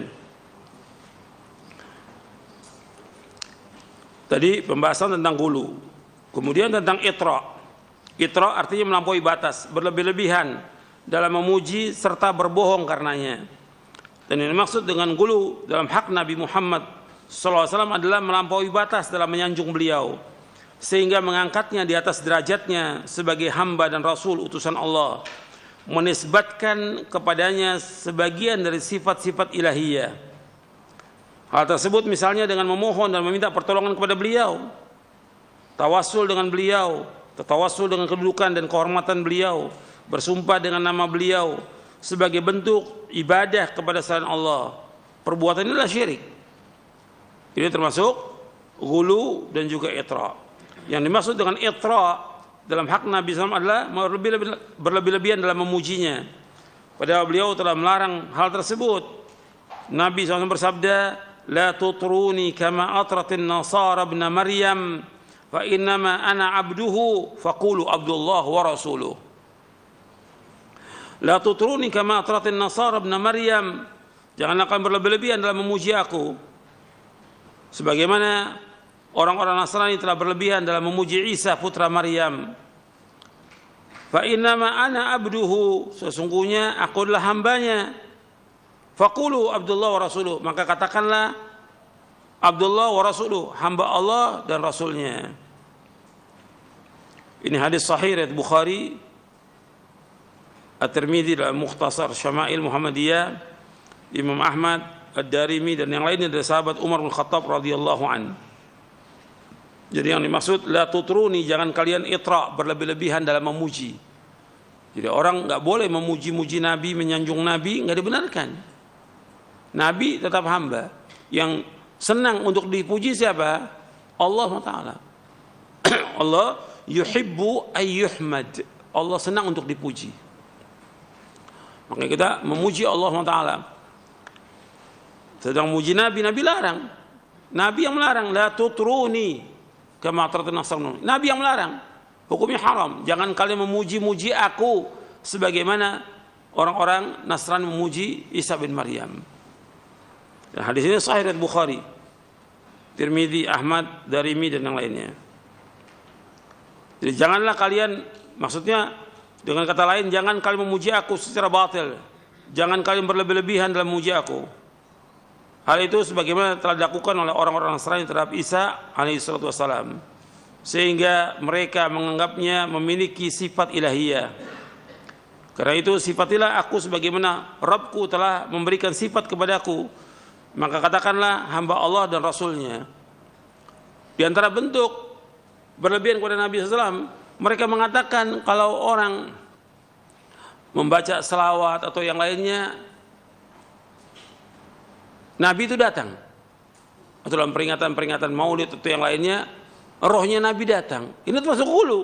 Tadi pembahasan tentang gulu. Kemudian tentang itra. Itra artinya melampaui batas, berlebih-lebihan dalam memuji serta berbohong karenanya. Dan yang dimaksud dengan gulu dalam hak Nabi Muhammad shallallahu alaihi wasallam adalah melampaui batas dalam menyanjung beliau, sehingga mengangkatnya di atas derajatnya sebagai hamba dan rasul utusan Allah. menisbatkan kepadanya sebagian dari sifat-sifat ilahiyah. Hal tersebut misalnya dengan memohon dan meminta pertolongan kepada beliau, tawassul dengan beliau, tawassul dengan kedudukan dan kehormatan beliau, bersumpah dengan nama beliau sebagai bentuk ibadah kepada selain Allah. Perbuatan inilah syirik. Ini termasuk ghulu dan juga itra. Yang dimaksud dengan itra dalam hak Nabi shallallahu alaihi wasallam adalah berlebih-lebihan dalam memujinya. Padahal beliau telah melarang hal tersebut. Nabi shallallahu alaihi wasallam bersabda, "La tutruni kama atratin nasara ibn Maryam, fa innama ana abduhu faqulu Abdullah wa rasuluh." La tutruni kama atratin nasara ibn Maryam. Janganlah kalian berlebih-lebihan dalam memuji aku, sebagaimana orang-orang Nasrani telah berlebihan dalam memuji Isa putra Maryam. Fa innama ana abduhu, sesungguhnya aku adalah hambanya. Faqulu Abdullah wa rasuluh, maka katakanlah Abdullah wa rasuluh, hamba Allah dan rasulnya. Ini hadis sahih riwayat Bukhari, At-Tirmidzi dalam Mukhtasar Syama'il Muhammadiyah, Imam Ahmad, Ad-Darimi dan yang lainnya dari sahabat Umar bin Khattab radhiyallahu an. Jadi yang dimaksud la tutruni, jangan kalian itra, berlebih-lebihan dalam memuji. Jadi orang nggak boleh memuji-muji Nabi, menyanjung Nabi, nggak dibenarkan. Nabi tetap hamba. Yang senang untuk dipuji siapa? Allah Taala. Allah yuhibbu ayyuhmad. Allah senang untuk dipuji. Makanya kita memuji Allah Taala. Sedang muji Nabi, Nabi larang. Nabi yang melarang, la tutruni kama atratin nasara. Nabi yang melarang, hukumnya haram. Jangan kalian memuji-muji aku sebagaimana orang-orang Nasrani memuji Isa bin Maryam. Dan hadis ini sahih riwayat Bukhari, Tirmidzi, Ahmad, Darimi dan yang lainnya. Jadi janganlah kalian, maksudnya dengan kata lain, jangan kalian memuji aku secara batil. Jangan kalian berlebih-lebihan dalam memuji aku. Hal itu sebagaimana telah dilakukan oleh orang-orang Nasrani terhadap Isa alaihi salatu wassalam, sehingga mereka menganggapnya memiliki sifat ilahiyah. Karena itu sifatilah aku sebagaimana Rabbku telah memberikan sifat kepadaku, maka katakanlah hamba Allah dan Rasulnya. Di antara bentuk berlebihan kepada Nabi sallallahu alaihi wasallam, mereka mengatakan kalau orang membaca selawat atau yang lainnya, Nabi itu datang. Atau dalam peringatan-peringatan maulid atau yang lainnya, rohnya Nabi datang. Ini termasuk ghulu.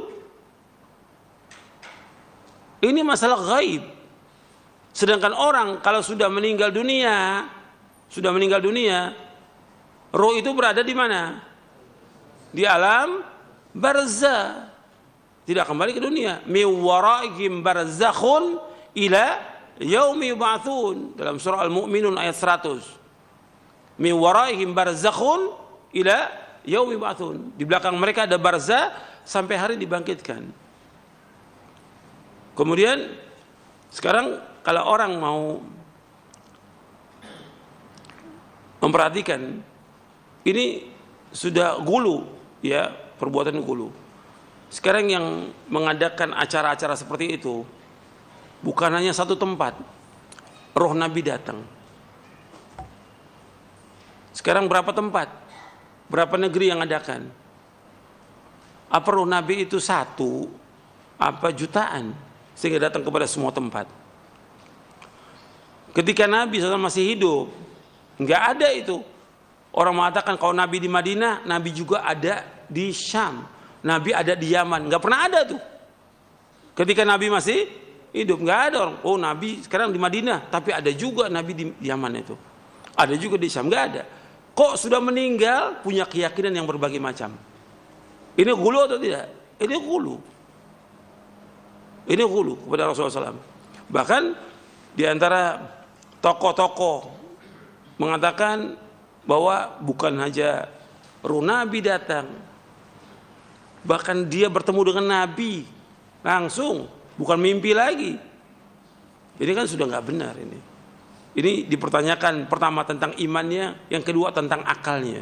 Ini masalah gaib. Sedangkan orang kalau sudah meninggal dunia, sudah meninggal dunia, roh itu berada di mana? Di alam barzah. Tidak kembali ke dunia. Mi waraihim barzakhun ila yaumi yub'atsun. Dalam surah Al-Mu'minun ayat seratus. Mi waraihim barzakhun ila yaumi yub'atsun. Di belakang mereka ada barzah sampai hari dibangkitkan. Kemudian sekarang kalau orang mau memperhatikan, ini sudah ghulu, ya, perbuatan ghulu. Sekarang yang mengadakan acara-acara seperti itu bukan hanya satu tempat, roh Nabi datang. Sekarang berapa tempat, berapa negeri yang adakan? Apa roh Nabi itu satu, apa jutaan, sehingga datang kepada semua tempat? Ketika Nabi shallallahu alaihi wasallam masih hidup, nggak ada itu. Orang mengatakan kalau Nabi di Madinah, Nabi juga ada di Syam, Nabi ada di Yaman. Nggak pernah ada tuh. Ketika Nabi masih hidup, nggak ada orang. Oh, Nabi sekarang di Madinah, tapi ada juga Nabi di Yaman itu. Ada juga di Syam, nggak ada. Kok sudah meninggal punya keyakinan yang berbagai macam. Ini ghulu atau tidak? Ini ghulu. Ini ghulu kepada Rasulullah shallallahu alaihi wasallam. Bahkan di antara tokoh-tokoh mengatakan bahwa bukan hanya roh Nabi datang, bahkan dia bertemu dengan Nabi langsung, bukan mimpi lagi. Ini kan sudah nggak benar ini. Ini dipertanyakan, pertama tentang imannya, yang kedua tentang akalnya.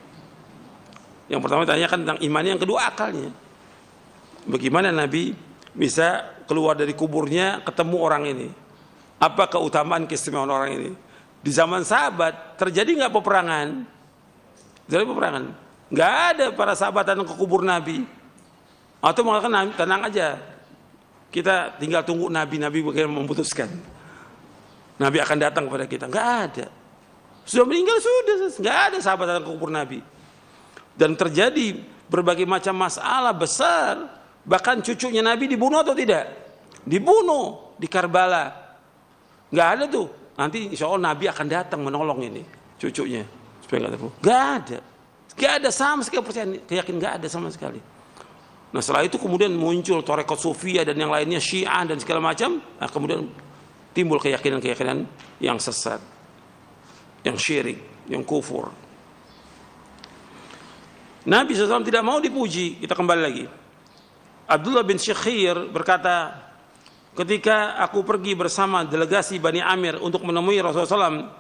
Yang pertama ditanyakan tentang imannya, yang kedua akalnya. Bagaimana Nabi bisa keluar dari kuburnya ketemu orang ini. Apa keutamaan keistimewaan orang ini? Di zaman sahabat terjadi nggak peperangan? Terjadi peperangan? Nggak ada para sahabat datang ke kubur Nabi. Atau mengatakan tenang aja, kita tinggal tunggu Nabi-Nabi bagaimana memutuskan. Nabi akan datang kepada kita. Nggak ada. Sudah meninggal sudah, nggak ada sahabat datang ke kubur Nabi. Dan terjadi berbagai macam masalah besar. Bahkan cucunya Nabi dibunuh atau tidak? Dibunuh di Karbala. Nggak ada tuh. Nanti insya Allah Nabi akan datang menolong ini cucunya supaya nggak terbunuh. Nggak ada. Nggak ada sama sekali percaya. Keyakinan nggak ada sama sekali. Nah setelah itu kemudian muncul Tarekat Sufiyah dan yang lainnya, Syiah dan segala macam. Nah, kemudian timbul keyakinan-keyakinan yang sesat, yang syirik, yang kufur. Nabi shallallahu alaihi wasallam tidak mau dipuji. Kita kembali lagi. Abdullah bin Syekhir berkata, ketika aku pergi bersama delegasi Bani Amir untuk menemui Rasulullah shallallahu alaihi wasallam,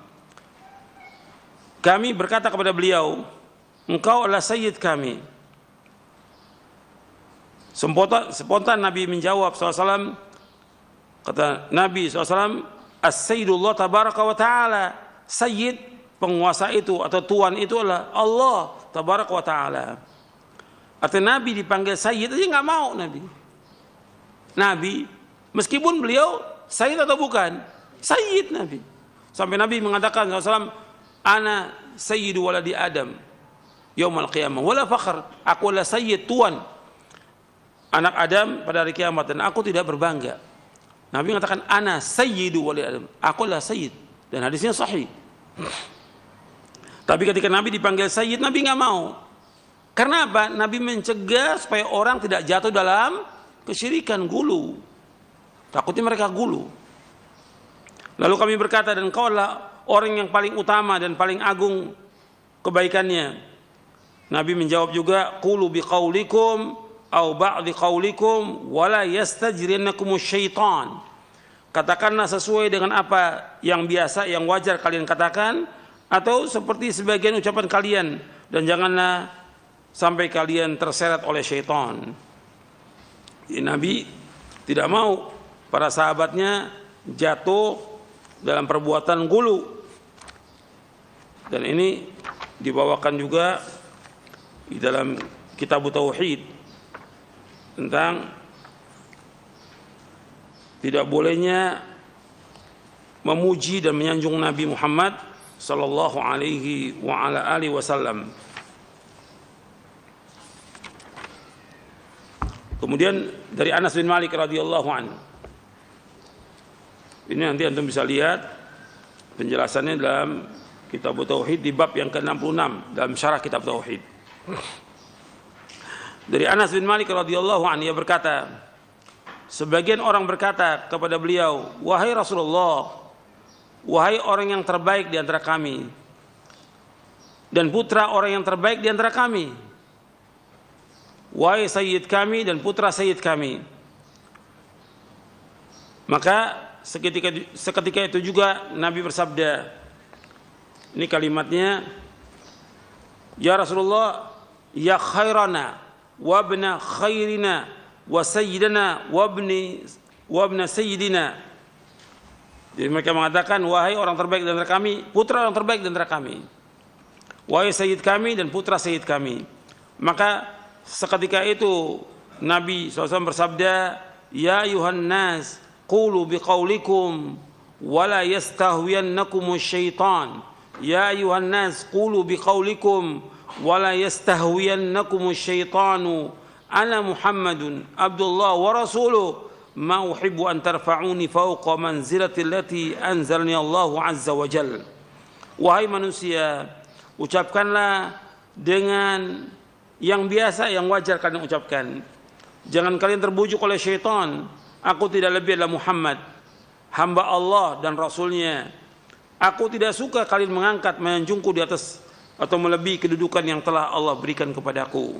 kami berkata kepada beliau, engkau adalah sayyid kami. Spontan, spontan Nabi menjawab shallallahu alaihi wasallam, kata Nabi shallallahu alaihi wasallam, as-sayyidullah tabaraka wa ta'ala. Sayyid, penguasa itu atau tuan itu adalah Allah tabaraka wa ta'ala. Artinya Nabi dipanggil sayyid aja nggak mau Nabi. Nabi, meskipun beliau sayyid atau bukan, sayyid Nabi. Sampai Nabi mengatakan shallallahu alaihi wasallam, ana sayyidu waladi Adam yaumal qiyamah wala fakhr. Aku adalah sayyid, tuan anak Adam pada hari kiamat, dan aku tidak berbangga. Nabi mengatakan ana sayyidu waladi Adam, aku adalah sayyid, dan hadisnya sahih. Tapi ketika Nabi dipanggil sayyid, Nabi nggak mau. Karena apa? Nabi mencegah supaya orang tidak jatuh dalam kesyirikan, gulu. Takutnya mereka gulu. Lalu kami berkata, dan kau adalah orang yang paling utama dan paling agung kebaikannya. Nabi menjawab juga, qulu biqaulikum au ba'di qaulikum wala yastajriyannakumus syaitan. Katakanlah sesuai dengan apa yang biasa, yang wajar kalian katakan, atau seperti sebagian ucapan kalian, dan janganlah sampai kalian terseret oleh syaitan. Jadi Nabi tidak mau para sahabatnya jatuh dalam perbuatan gulu. Dan ini dibawakan juga di dalam kitab Tauhid tentang tidak bolehnya memuji dan menyanjung Nabi Muhammad sallallahu alaihi wa ala alihi wasallam. Kemudian dari Anas bin Malik radhiyallahu anhu. Ini nanti antum bisa lihat penjelasannya dalam kitab Tauhid di bab yang ke enam puluh enam dalam syarah kitab Tauhid. Dari Anas bin Malik radhiyallahu anhu, ia berkata, sebagian orang berkata kepada beliau, wahai Rasulullah, wahai orang yang terbaik di antara kami dan putra orang yang terbaik di antara kami, wahai sayyid kami dan putra sayyid kami. Maka seketika, seketika itu juga Nabi bersabda, ini kalimatnya, ya Rasulullah, ya khairana wabna khairina wa sayyidina wabni wabna sayyidina. Jadi mereka mengatakan, wahai orang terbaik di antara kami, putra orang terbaik di antara kami, wahai sayyid kami dan putra sayyid kami. Maka seketika itu Nabi shallallahu alaihi wasallam bersabda, ya ayuhan nas qulu biqaulikum wala yastahwiyannakumus syaitan. Ya ayuhan nas qulu biqaulikum wala yastahwiyannakumus syaitanu. Ana Muhammadun Abdullah wa rasuluh ma uhibbu an tarfa'uni fawqa manzilati allati anzalni Allahu azza wa jalla. Wahai manusia, ucapkanlah dengan yang biasa, yang wajar kalian ucapkan. Jangan kalian terbujuk oleh syaitan. Aku tidak lebih adalah Muhammad, hamba Allah dan Rasulnya. Aku tidak suka kalian mengangkat, menjunjungku di atas atau melebihi kedudukan yang telah Allah berikan kepadaku.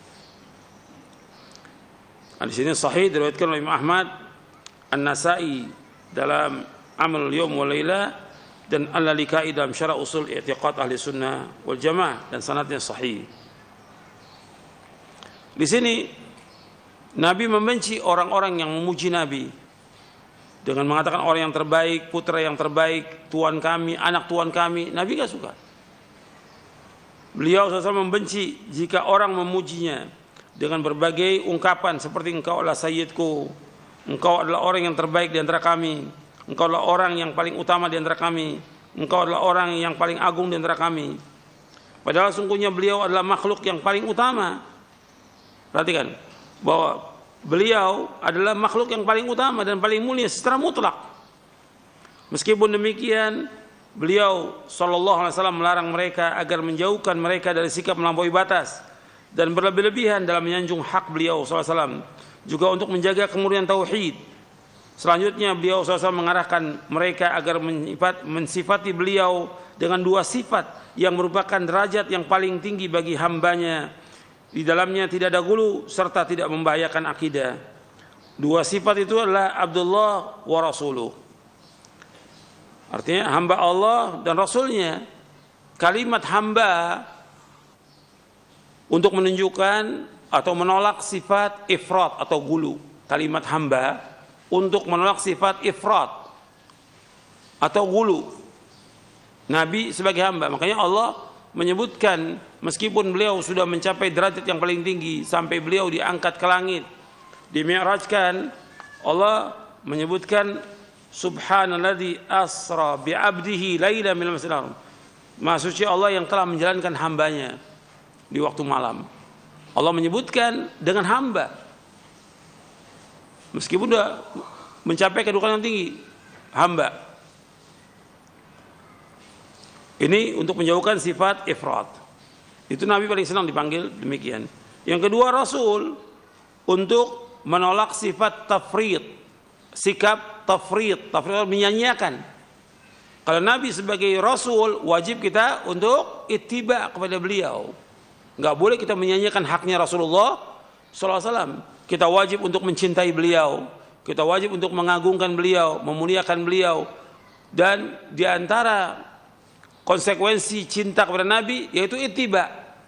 Nah, di sini sahih diriwayatkan oleh Imam Ahmad, An-Nasa'i dalam Amal Yawm wa Laila, dan Al-Lalikai dalam Syarah Usul I'tiqad Ahli Sunnah wal Jamaah, dan sanadnya sahih. Di sini Nabi membenci orang-orang yang memuji Nabi dengan mengatakan orang yang terbaik, putra yang terbaik, tuan kami, anak tuan kami. Nabi gak suka. Beliau shallallahu alaihi wasallam membenci jika orang memujinya dengan berbagai ungkapan seperti engkau adalah sayyidku, engkau adalah orang yang terbaik di antara kami, engkau adalah orang yang paling utama di antara kami, engkau adalah orang yang paling agung di antara kami. Padahal sungguhnya beliau adalah makhluk yang paling utama. Perhatikan bahwa beliau adalah makhluk yang paling utama dan paling mulia secara mutlak. Meskipun demikian, beliau sallallahu alaihi wasallam melarang mereka agar menjauhkan mereka dari sikap melampaui batas dan berlebih-lebihan dalam menyanjung hak beliau sallallahu alaihi wasallam, juga untuk menjaga kemurnian tauhid. Selanjutnya beliau sallallahu alaihi wasallam mengarahkan mereka agar mensifati beliau dengan dua sifat yang merupakan derajat yang paling tinggi bagi hambanya. Di dalamnya tidak ada gulu serta tidak membahayakan akidah. Dua sifat itu adalah Abdullah wa Rasuluh. Artinya hamba Allah dan Rasulnya. Kalimat hamba untuk menunjukkan atau menolak sifat ifrat atau gulu. Kalimat hamba untuk menolak sifat ifrat atau gulu. Nabi sebagai hamba. Makanya Allah menyebutkan meskipun beliau sudah mencapai derajat yang paling tinggi sampai beliau diangkat ke langit, dimi'rajkan, Allah menyebutkan subhanalladzi asra bi'abdihi laila minal masjidil haram. Maha suci Allah yang telah menjalankan hambanya di waktu malam. Allah menyebutkan dengan hamba meskipun sudah mencapai kedudukan yang tinggi, hamba. Ini untuk menjauhkan sifat ifrat. Itu Nabi paling senang dipanggil demikian. Yang kedua, Rasul untuk menolak sifat tafrid, sikap tafrid. Tafrid menyanyiakan. Kalau Nabi sebagai Rasul, wajib kita untuk ittiba kepada beliau. Enggak boleh kita menyanyiakan haknya Rasulullah sallallahu alaihi wasallam. Kita wajib untuk mencintai beliau. Kita wajib untuk mengagungkan beliau, memuliakan beliau. Dan diantara konsekuensi cinta kepada Nabi yaitu ittiba.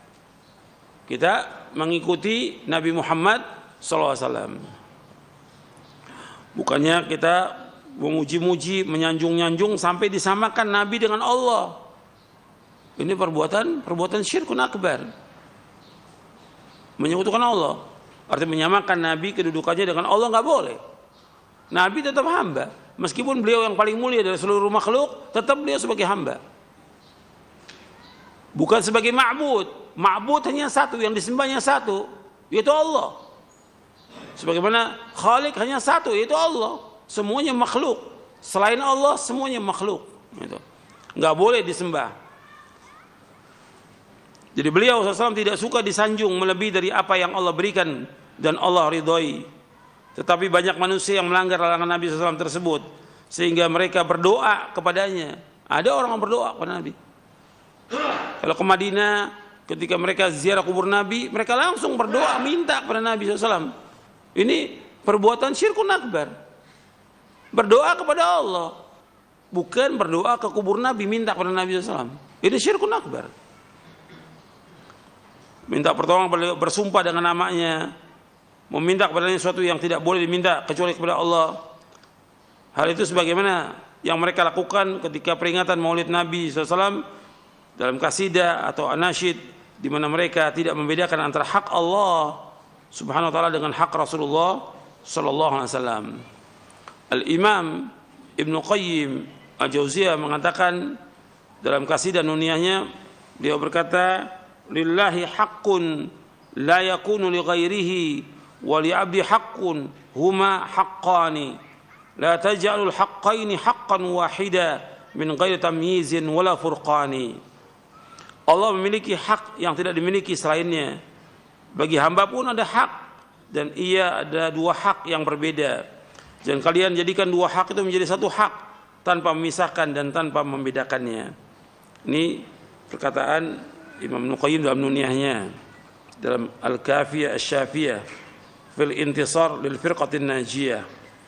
Kita mengikuti Nabi Muhammad sallallahu alaihi wasallam. Bukannya kita memuji-muji, menyanjung-nyanjung sampai disamakan Nabi dengan Allah. Ini perbuatan perbuatan syirkun akbar. Menyekutukan Allah. Artinya menyamakan Nabi kedudukannya dengan Allah enggak boleh. Nabi tetap hamba. Meskipun beliau yang paling mulia dari seluruh makhluk, tetap beliau sebagai hamba. Bukan sebagai ma'bud. Ma'bud hanya satu, yang disembahnya satu, yaitu Allah. Sebagaimana Khalik hanya satu, yaitu Allah. Semuanya makhluk. Selain Allah, semuanya makhluk. Gitu. Nggak boleh disembah. Jadi beliau sallallahu alaihi wasallam tidak suka disanjung melebihi dari apa yang Allah berikan dan Allah ridhoi. Tetapi banyak manusia yang melanggar larangan Nabi sallallahu alaihi wasallam tersebut, sehingga mereka berdoa kepadanya. Ada orang yang berdoa kepada Nabi. Kalau ke Madinah, ketika mereka ziarah kubur Nabi, mereka langsung berdoa minta kepada Nabi sallallahu alaihi wasallam. Ini perbuatan syirkun akbar. Berdoa kepada Allah, bukan berdoa ke kubur Nabi minta kepada Nabi sallallahu alaihi wasallam. Ini syirkun akbar. Minta pertolongan, bersumpah dengan namanya, meminta kepadanya sesuatu yang tidak boleh diminta kecuali kepada Allah. Hal itu sebagaimana yang mereka lakukan ketika peringatan Maulid Nabi sallallahu alaihi wasallam dalam kasidah atau anasyid, di mana mereka tidak membedakan antara hak Allah Subhanahu wa taala dengan hak Rasulullah sallallahu alaihi wasallam. Al-Imam Ibnu Qayyim Al-Jauziyah mengatakan dalam kasidah nuniyahnya, beliau berkata, lillahi haqqun la yakunu li ghairihi wa li 'abdi haqqun huma haqqani la taj'alul haqqaini haqqan wahida min ghairi tamyizin wala furqani. Allah memiliki hak yang tidak dimiliki selainnya. Bagi hamba pun ada hak, dan ia ada dua hak yang berbeda. Jangan kalian jadikan dua hak itu menjadi satu hak tanpa memisahkan dan tanpa membedakannya. Ini perkataan Imam Ibnu Qayyim dalam nuniyahnya, dalam Al-Kafiyah Asy-Syafiyah fil Intisar lil Firqatin Najiyah,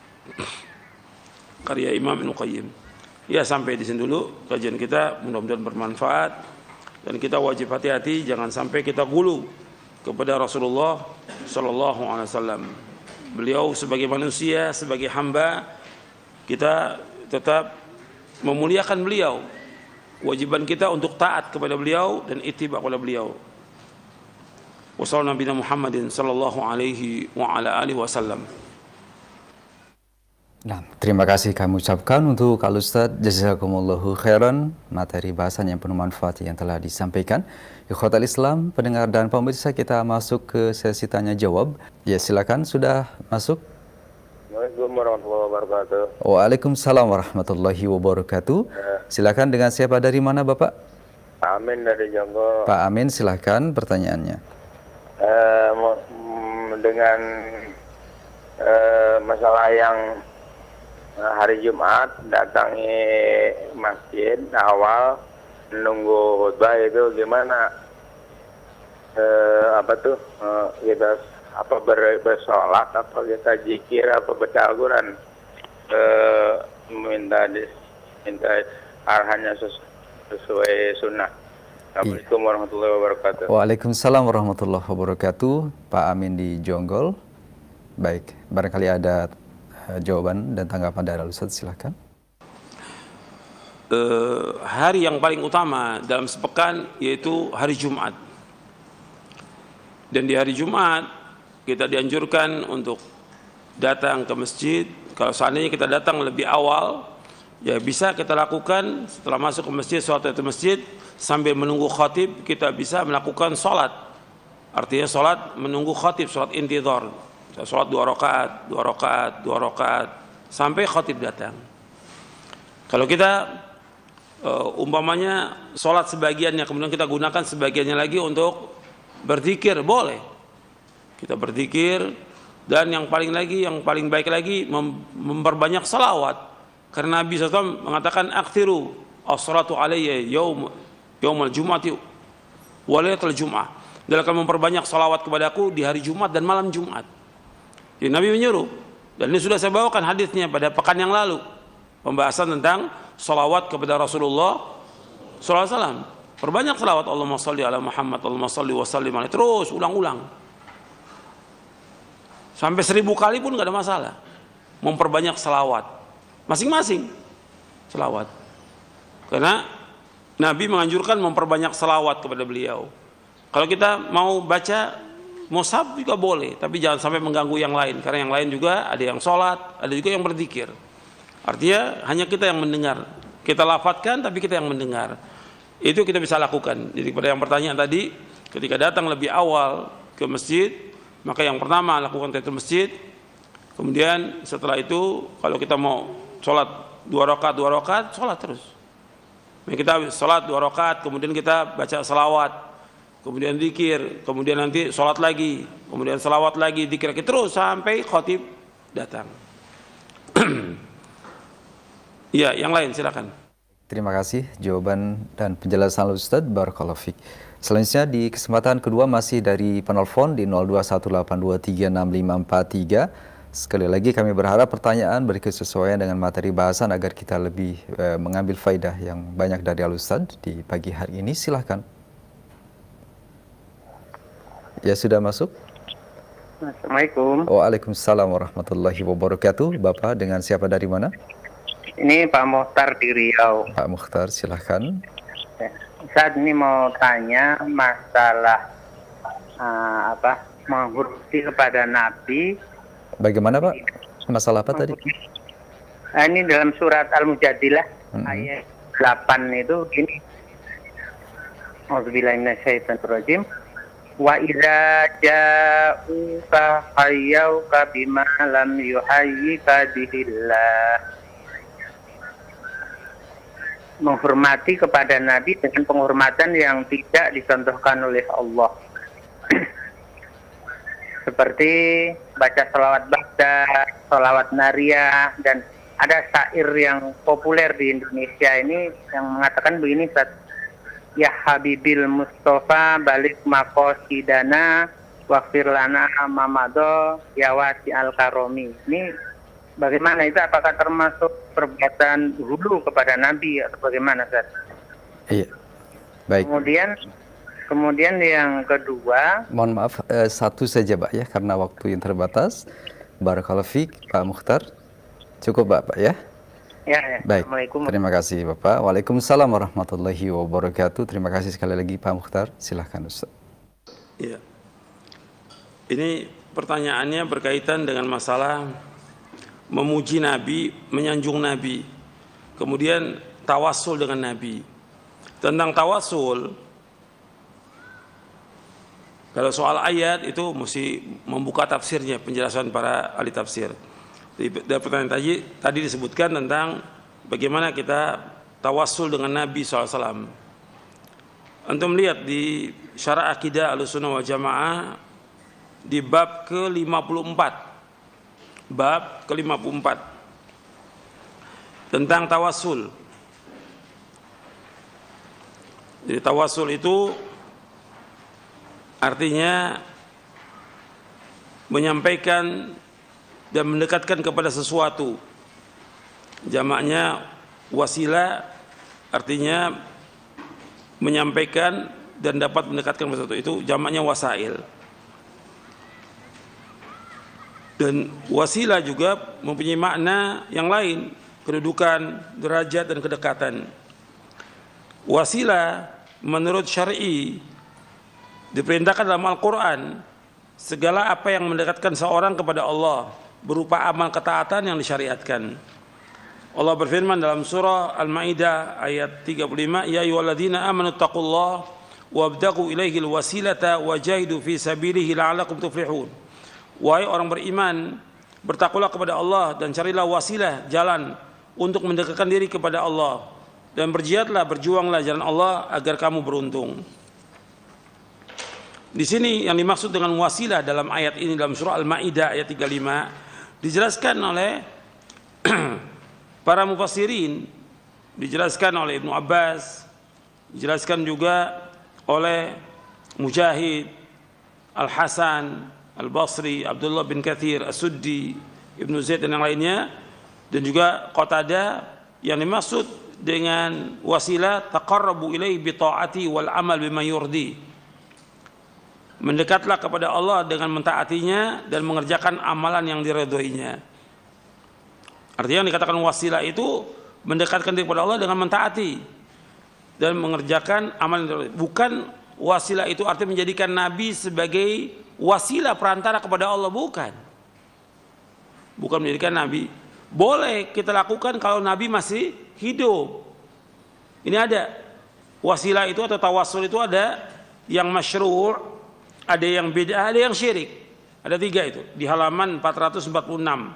karya Imam Ibnu Qayyim. Ya, sampai di sini dulu kajian kita, mudah-mudahan bermanfaat. Dan kita wajib hati-hati jangan sampai kita gulu kepada Rasulullah sallallahu alaihi wasallam. beliau sebagai manusia, sebagai hamba, kita tetap memuliakan beliau. Kewajiban kita untuk taat kepada beliau dan ittiba kepada beliau. Wassallallahu nabiyana Muhammadin sallallahu alaihi wa ala alihi wasallam. Nah, terima kasih kami ucapkan untuk Al Ustaz jazakumullahu khairan materi bahasan yang penuh manfaat yang telah disampaikan. Ikhwatal Islam, pendengar dan pemirsa, kita masuk ke sesi tanya jawab. Ya, silakan, sudah masuk. Assalamualaikum warahmatullahi wabarakatuh. Waalaikumsalam warahmatullahi wabarakatuh. Silakan, dengan siapa, dari mana Bapak? Pak Amin dari Jonggol. Pak Amin, silakan pertanyaannya. Eh, dengan eh, masalah yang hari Jumat datangi masjid awal menunggu khutbah itu gimana? Eh, apa tuh eh, kita apa ber, bersolat, apa kita zikir, apa baca Al-Quran, eh, minta minta arahannya sesuai sunnah. Assalamualaikum warahmatullahi wabarakatuh. Waalaikumsalam warahmatullahi wabarakatuh. Pak Amin di Jonggol. Baik, barangkali ada uh, jawaban dan tanggapan dari Ustaz, silakan. Uh, hari yang paling utama dalam sepekan yaitu hari Jumat. Dan di hari Jumat kita dianjurkan untuk datang ke masjid. Kalau seandainya kita datang lebih awal, ya bisa kita lakukan setelah masuk ke masjid, sholat itu masjid, sambil menunggu khatib kita bisa melakukan sholat. Artinya sholat menunggu khatib, sholat intidhar. Sholat dua rakaat, dua rakaat, dua rakaat sampai khatib datang. Kalau kita uh, umpamanya sholat sebagiannya, kemudian kita gunakan sebagiannya lagi untuk berzikir, boleh. Kita berzikir, dan yang paling lagi, yang paling baik lagi mem memperbanyak salawat. Karena Nabi shallallahu alaihi wasallam mengatakan akhtiru as-salatu alayya yaum yaumul jum'ati wa lailatul jum'ah. Dia akan memperbanyak salawat kepadaku di hari Jumat dan malam Jumat. Jadi Nabi menyuruh, dan ini sudah saya bawakan hadisnya pada pekan yang lalu, pembahasan tentang salawat kepada Rasulullah shallallahu alaihi wasallam. Perbanyak salawat, Allahumma shalli ala Muhammad, Allahumma shalli wa sallim alaihi, terus ulang-ulang sampai seribu kali pun nggak ada masalah. Memperbanyak salawat masing-masing salawat, karena Nabi menganjurkan memperbanyak salawat kepada beliau. Kalau kita mau baca mushaf juga boleh, tapi jangan sampai mengganggu yang lain, karena yang lain juga ada yang sholat, ada juga yang berzikir. Artinya hanya kita yang mendengar, kita lafadzkan tapi kita yang mendengar. Itu kita bisa lakukan. Jadi pada yang pertanyaan tadi, ketika datang lebih awal ke masjid, maka yang pertama lakukan tahiyatul masjid. Kemudian setelah itu kalau kita mau sholat dua rakaat, dua rakaat, sholat terus. Kita sholat dua rakaat, kemudian kita baca salawat, kemudian zikir, kemudian nanti sholat lagi, kemudian salawat lagi, zikir lagi, terus sampai khatib datang. Ya, yang lain silakan. Terima kasih jawaban dan penjelasan Ustadz, barakallahu fiik. Selanjutnya di kesempatan kedua masih dari penelpon di nol dua satu delapan dua tiga enam lima empat tiga. Sekali lagi kami berharap pertanyaan berkesesuaian dengan materi bahasan agar kita lebih e, mengambil faidah yang banyak dari Al Ustadz di pagi hari ini. Silahkan. Ya, sudah masuk. Assalamualaikum. Waalaikumsalam warahmatullahi wabarakatuh. Bapak dengan siapa, dari mana? Ini Pak Mukhtar di Riau. Pak Mukhtar, silahkan. Saat ini mau tanya masalah uh, apa menghormati kepada Nabi. Bagaimana Pak? Masalah apa tadi? Nah, ini dalam surat Al-Mujadilah mm-hmm. ayat delapan itu gini. A'udzubillahi minasyaitonirrajim. Wa idza ja'uka hayyuka bima lam yuhayyika bihillah. Menghormati kepada Nabi dengan penghormatan yang tidak dicontohkan oleh Allah. Seperti baca sholawat Baghdad, sholawat Nariyah, dan ada syair yang populer di Indonesia ini yang mengatakan begini, Ustaz. Ya Habibil Mustafa balik makosidana waghfir lana mamado ya wasi al-karomi. Ini bagaimana itu? Apakah termasuk perbuatan hulu kepada Nabi atau bagaimana, Ustaz? Iya. Baik. Kemudian Kemudian yang kedua, mohon maaf, eh, satu saja Pak ya, karena waktu yang terbatas. Barakallahu fiik, Pak Mukhtar. Cukup Bapak ya? Ya, ya. Baik, Assalamualaikum. terima kasih Bapak. Waalaikumsalam warahmatullahi wabarakatuh. Terima kasih sekali lagi Pak Mukhtar. Silahkan Ustaz. Ya. Ini pertanyaannya berkaitan dengan masalah memuji Nabi, menyanjung Nabi, kemudian tawassul dengan Nabi. Tentang tawassul, kalau soal ayat itu mesti membuka tafsirnya, penjelasan para ahli tafsir. Dari pertanyaan tadi, tadi disebutkan tentang bagaimana kita tawassul dengan Nabi shallallahu alaihi wasallam. Antum lihat di Syarah Aqidah Ahlussunnah wal Jamaah di bab ke lima puluh empat, bab ke lima puluh empat tentang tawassul. Jadi tawassul itu artinya menyampaikan dan mendekatkan kepada sesuatu. Jamaknya wasilah, artinya menyampaikan dan dapat mendekatkan kepada sesuatu. Itu jamaknya wasail. Dan wasilah juga mempunyai makna yang lain, kedudukan, derajat dan kedekatan. Wasilah menurut syar'i diperintahkan dalam Al-Quran segala apa yang mendekatkan seorang kepada Allah berupa amal ketaatan yang disyariatkan. Allah berfirman dalam surah Al-Maidah ayat tiga puluh lima, ya ayyuhalladzina amanu taqullaha wabtaghu ilaihil wasilata wajahidu fi sabilihi la'allakum tuflihun. Wahai orang beriman, bertakwalah kepada Allah dan carilah wasilah, jalan untuk mendekatkan diri kepada Allah, dan berjihadlah, berjuanglah jalan Allah agar kamu beruntung. Di sini yang dimaksud dengan wasilah dalam ayat ini dalam surah Al-Maidah ayat tiga puluh lima dijelaskan oleh para mufassirin, dijelaskan oleh Ibnu Abbas, dijelaskan juga oleh Mujahid, Al-Hasan, Al-Basri, Abdullah bin Katsir, As-Suddi, Ibnu Zaid dan yang lainnya, dan juga Qatadah. Yang dimaksud dengan wasilah taqarrabu ilaihi bi ta'ati wal amal bima yurdi. Mendekatlah kepada Allah dengan mentaatinya dan mengerjakan amalan yang diridhoinya. Artinya yang dikatakan wasilah itu mendekatkan diri kepada Allah dengan mentaati dan mengerjakan amalan yang diridhoi. Bukan wasilah itu artinya menjadikan Nabi sebagai wasilah perantara kepada Allah, bukan. Bukan menjadikan Nabi. Boleh kita lakukan kalau Nabi masih hidup. Ini ada wasilah itu atau tawassul itu ada yang masyru', ada yang bid'ah, ada yang syirik. Ada tiga itu di halaman empat ratus empat puluh enam.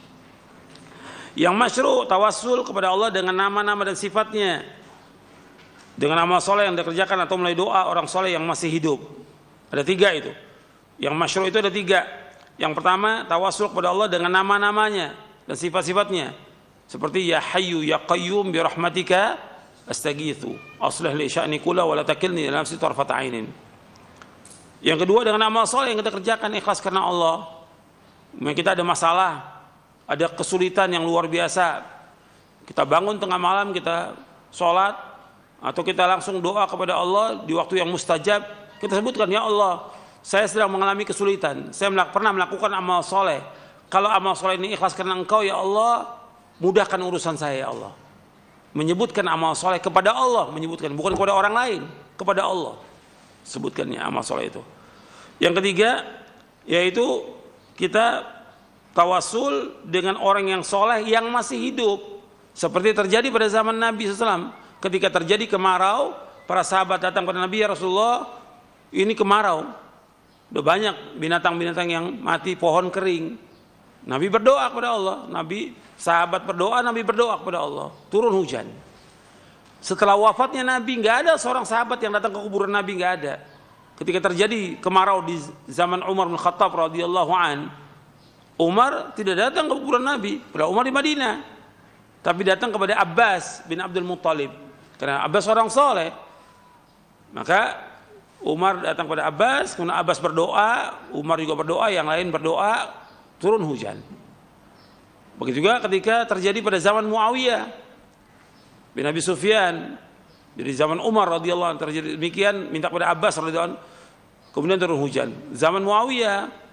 Yang masyru' tawassul kepada Allah dengan nama-nama dan sifatnya, dengan amal soleh yang dikerjakan atau melalui doa orang soleh yang masih hidup. Ada tiga itu. Yang masyru' itu ada tiga. Yang pertama tawassul kepada Allah dengan nama-namanya dan sifat-sifatnya, seperti ya hayyu ya qayyum bi rahmatika astaghitsu aslih li sya'ni kullahu wa la takilni ila nafsi tarfata ainin. Yang kedua dengan amal soleh yang kita kerjakan ikhlas karena Allah. Memang kita ada masalah, ada kesulitan yang luar biasa, kita bangun tengah malam, kita sholat atau kita langsung doa kepada Allah di waktu yang mustajab, kita sebutkan, ya Allah, saya sedang mengalami kesulitan, saya pernah melakukan amal soleh, kalau amal soleh ini ikhlas karena Engkau ya Allah, mudahkan urusan saya ya Allah. Menyebutkan amal soleh kepada Allah, menyebutkan, bukan kepada orang lain, kepada Allah sebutkannya amal soleh itu. Yang ketiga yaitu kita tawassul dengan orang yang soleh yang masih hidup, seperti terjadi pada zaman Nabi shallallahu alaihi wasallam. Ketika terjadi kemarau, para sahabat datang kepada Nabi, ya Rasulullah, ini kemarau, udah banyak binatang-binatang yang mati, pohon kering. Nabi berdoa kepada Allah, Nabi sahabat berdoa, Nabi berdoa kepada Allah, turun hujan. Setelah wafatnya Nabi, nggak ada seorang sahabat yang datang ke kuburan Nabi, nggak ada. Ketika terjadi kemarau di zaman Umar bin Khattab radhiyallahu an, Umar tidak datang ke kuburan Nabi, padahal Umar di Madinah, tapi datang kepada Abbas bin Abdul Muttalib, karena Abbas orang soleh. Maka Umar datang kepada Abbas, kemudian Abbas berdoa, Umar juga berdoa, yang lain berdoa, turun hujan. Begitu juga ketika terjadi pada zaman Muawiyah bin Abi Sufyan, jadi zaman Umar radhiyallahu anhu terjadi demikian, minta kepada Abbas radhiyallahu anhu, kemudian turun hujan. Zaman Muawiyah